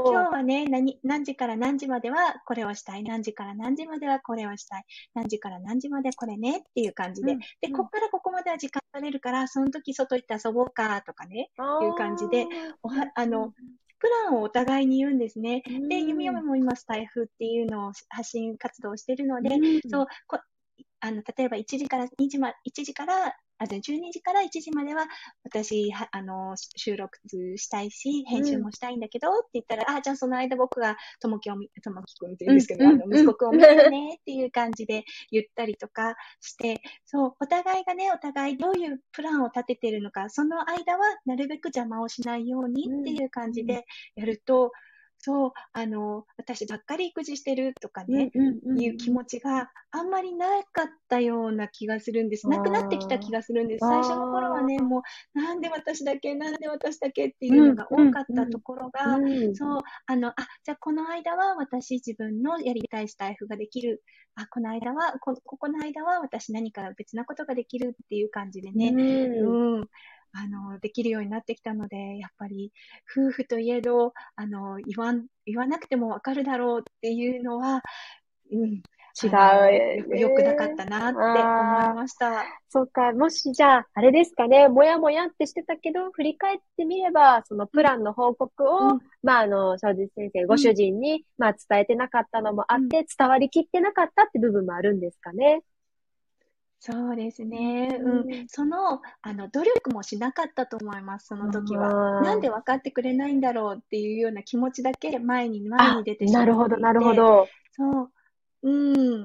今日はね、何時から何時まではこれをしたい。何時から何時まではこれをしたい。何時から何時までこれねっていう感じで。で、ここからここまでは時間が取れるから、その時外行って遊ぼうかとかね、いう感じで、プランをお互いに言うんですね。で、弓嫁も今スタイフっていうのを発信活動しているので、そう、例えば1時から2時1時から、12時から1時までは、私、収録したいし、編集もしたいんだけど、って言ったら、じゃあその間僕が、ともきくんって言うんですけど、息子くんを見てるね、っていう感じで言ったりとかして、そう、お互いがね、お互いどういうプランを立ててるのか、その間はなるべく邪魔をしないようにっていう感じでやると、そう、私ばっかり育児してるとかね、いう気持ちがあんまりなかったような気がするんです。なくなってきた気がするんです。最初の頃はね、もう、なんで私だけっていうのが多かったところが、そう、じゃあこの間は私自分のやりたいスタイフができる。この間は、この間は私何か別なことができるっていう感じでね、できるようになってきたので、やっぱり夫婦といえど、言わなくてもわかるだろうっていうのは、 違う。 よくなかったなって思いました。 そうか。もしじゃあ、あれですかね、もやもやってしてたけど、振り返ってみれば、そのプランの報告を、正直先生、ご主人に、伝えてなかったのもあって、伝わりきってなかったって部分もあるんですかね。 そうですね。努力もしなかったと思います、その時は。なんで分かってくれないんだろうっていうような気持ちだけ前に出てしまっていて。 なるほど、なるほど。 そう、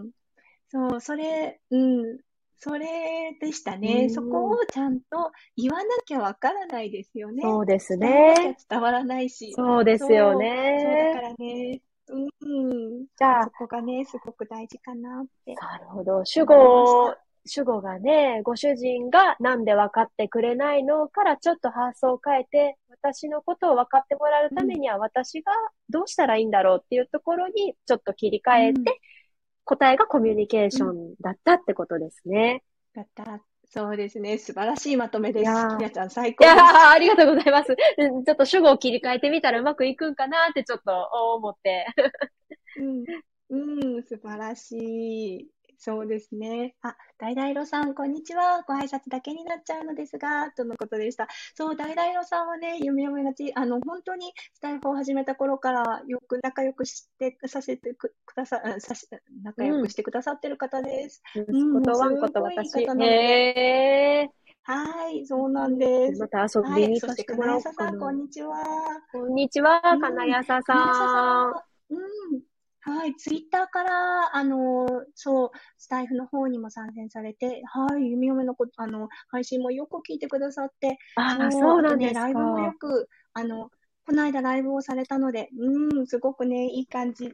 そう、それでしたね。そこをちゃんと言わなきゃわからないですよね。 そうですね。 伝えなきゃ伝わらないし。 そうですよね。 そうだからね。じゃあ、そこがね、すごく大事かなって。 なるほど。主語がね、ご主人がなんで分かってくれないのからちょっと発想を変えて、私のことを分かってもらうためには私がどうしたらいいんだろうっていうところにちょっと切り替えて、答えがコミュニケーションだったってことですね。 そうですね。素晴らしいまとめです。きなちゃん最高です。 ありがとうございます。ちょっと主語を切り替えてみたらうまくいくんかなってちょっと思って。 素晴らしい。そうですね。大々路さん、こんにちは。ご挨拶だけになっちゃうのですが、とのことでした。そう、大々路さんはね、弓嫁が本当にスタイフを始めた頃からよく仲良くしてくださってる方です。 息子とワンコと私。 はい、そうなんです。 また遊びに行かせてもらおうかな。 そして、金谷さん、こんにちは。 こんにちは、金谷さん。 はい、ツイッターから、スタイフの方にも参戦されて、はい、弓嫁の配信もよく聞いてくださって、 そうなんですか。 ライブもよく、この間ライブをされたので、すごくね、いい感じです。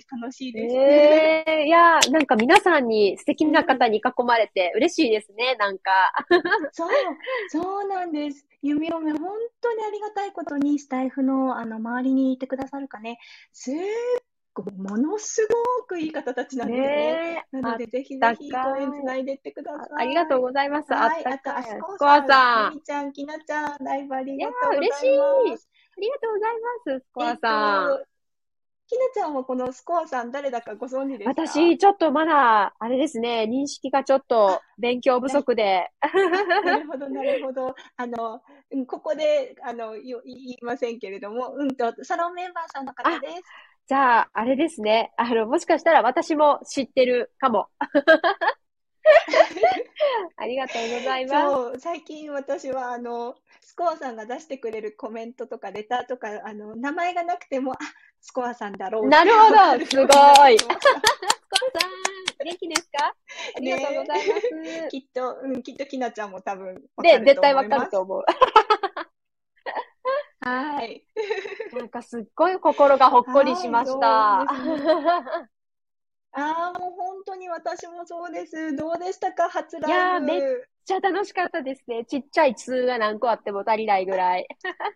楽しいです。 いや、なんか皆さんに素敵な方に囲まれて嬉しいですね、なんか。 そうなんです。弓嫁、本当にありがたいことに、スタイフの、周りにいてくださるかね、ものすごくいい方たちなんですね。なので、ぜひぜひご縁つないでいってください。 ありがとうございます。 はい、あと、スコアさん、ゆみちゃん、きなちゃん、ライブありがとうございます。 嬉しい。ありがとうございます、スコアさん。 きなちゃんはこのスコアさん誰だかご存知ですか？ 私、ちょっとまだ、あれですね、認識がちょっと勉強不足で。 なるほど、なるほど。ここで、言いませんけれども、サロンメンバーさんの方です。 じゃあ、あれですね。もしかしたら私も知ってるかも。 ありがとうございます。 そう、最近私はスコアさんが出してくれるコメントとかレターとか、名前がなくても、あ、スコアさんだろうってなるわかほど、すごるようになってい。 きました。 コさん、元気ですか？ありがとうごねざいまえ。 す。 きっときなちゃんも多分わかで、 ると絶対わ思います。 かると思う。 はい。 なんかすっごい心がほっこりしはい、 ましそうた。 ですね。ああ、もう本当に私もそうです。どうでしたか、初ライいやー、めっブ。 ちゃ楽しかったですね。ちっちゃい通が何個あっても足りないぐらい。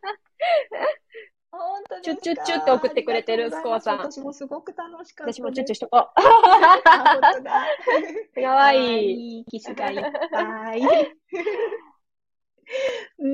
本当チュッですか？ チュッチュって送ってありがとうごくれてるスざいます。 コアさん。 私もすごく楽しかっ私もチュッたです。 チュしとこう。 あ、本当だ。 かわいはい、 い。 いいキスがいっぱい。うん。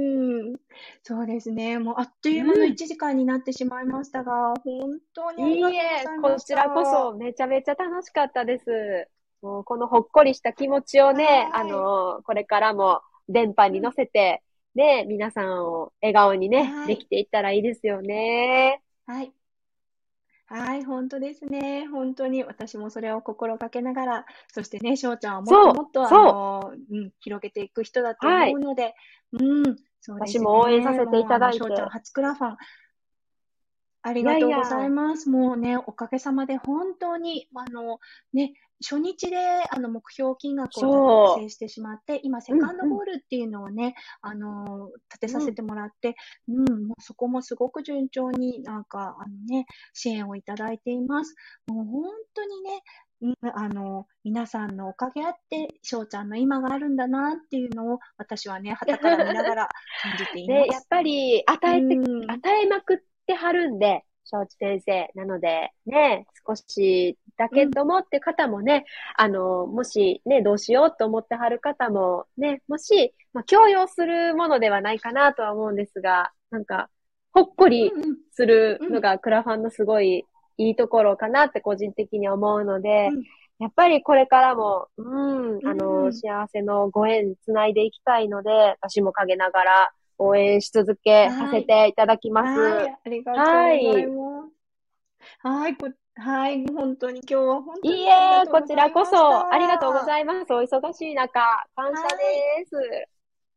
そうですね。もうあっという間のうん。 1時間になってしまいましたが、本当にありいいがとうごえ、 ざいました。 こちらこそはめちゃめちゃ楽しかったです。もうこのほっこりした気持ちをね、 ーい。 これからも電波に乗うん。 せて、ね、皆さんを笑顔にね、 はい。 できていったらいいですよね。 はい。はい、本当ですね。本当に私もそれを心がけながら、そしてね、翔ちゃんはもっとそう、 もっとそう、 広げていく人だとはい。 思うので、うん、そうです私も応援さね。 せていただい翔ちゃんて。 初クラファン、ありいやいがとうございや、 ます。もうね、おかげさまで本当に、ね、初日で、目標金額を達そ成してしまって、今、セう、うん、 カンドうん、 ゴールっていうのをね、立てさうん。 せてもらって、もうそこもすごく順調になんか、支援をいただいています。もう本当にね、皆さんのおかげあって、翔ちゃんの今があるんだなっていうのを、私はね、旗から見ながら感じていまね、やっす。 ぱりうん。 与えまくってはるんで、庄司先生。なので、ね、少しだうん。 けどもって方もね、もしね、どうしようと思ってはる方もね、もし、まあ、強要するものではないかなとは思うんですが、なんか、ほっこりうんうん。 するうん。 のがクラファンのすごいいいところかなって個人的に思うので、 うん。 やっぱりこれからも、 うん。 幸せのご縁つないでいきたいので、私も陰ながら応援し続けさせはい。 ていただきます。 はい。ありがとうございはい。 ます。はい。はい。本当に今日は本当いいにありがえ、 とうこちらございました。 こそありがとうごはざいます。お忙しい中、感謝い。 です。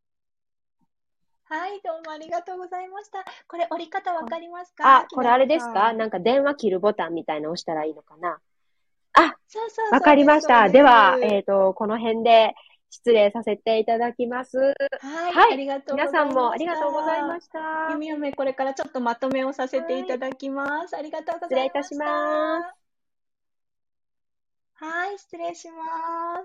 はい。どうもありがとうございました。これ折り方わかりますか？ あ、 きなこれあれこさん。 ですか？なんか電話切るボタンみたいなの押したらいいのかな？あ、 そうそうわかそうです、 りました。 そうででは、 す。 この辺で失礼させていただきます。 はい。 はい。 ありがとう皆ごさんもあざいましりがとうございまた。 した。は弓嫁、これからちょっとまとめをさせていたい。 だきます。ありがとうご失礼ざいいたしました。 ます。 はい。失礼します。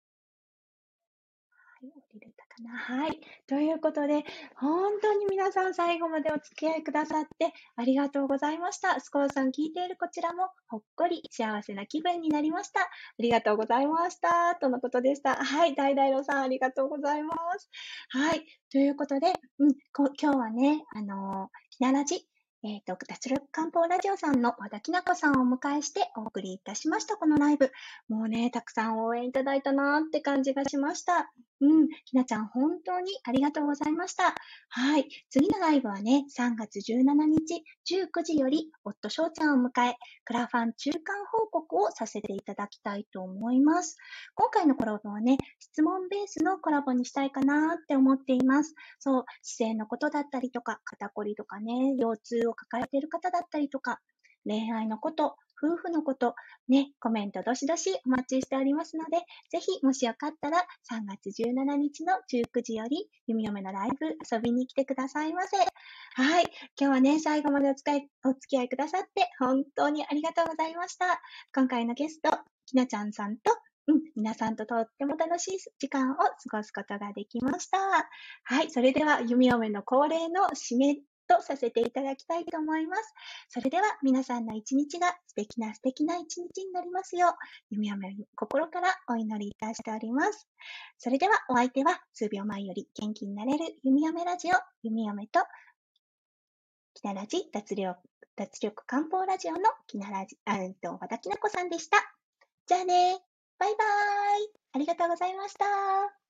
はい、降りれたかな。はい。ということで、本当に皆さん最後までお付き合いくださってありがとうございました。スコアさん聞いているこちらもほっこり幸せな気分になりました。ありがとうございました。とのことでした。はい。大々さんありがとうございます。はい。ということで、今日はね、ひならじ、脱力漢方ラジオさんの和田きなこさんをお迎えしてお送りいたしました、このライブ。もうね、たくさん応援いただいたなって感じがしました。ひなちゃん本当にありがとうございました。はい。次のライブはね、3月17日19時より、夫翔ちゃんを迎え、クラファン中間報告をさせていただきたいと思います。今回のコラボはね、質問ベースのコラボにしたいかなって思っています。そう、姿勢のことだったりとか、肩こりとかね、腰痛を抱えている方だったりとか、恋愛のこと、夫婦のこと、ね、コメントどしどしお待ちしておりますので、ぜひ、もしよかったら、3月17日の19時より、弓嫁のライブ遊びに来てくださいませ。はい。今日はね、最後までお付き合いくださって、本当にありがとうございました。今回のゲスト、きなちゃんさんと、皆さんととっても楽しい時間を過ごすことができました。はい。それでは、弓嫁の恒例の締めとさせていただきたいと思います。それでは、皆さんの一日が素敵な一日になりますよう、弓嫁の心からお祈りいたしております。それでは、お相手は数秒前より元気になれる弓嫁ラジオ、弓嫁と、きならじ脱力漢方ラジオのきならじ、和田きなこさんでした。じゃあね、バイバーイ。ありがとうございました。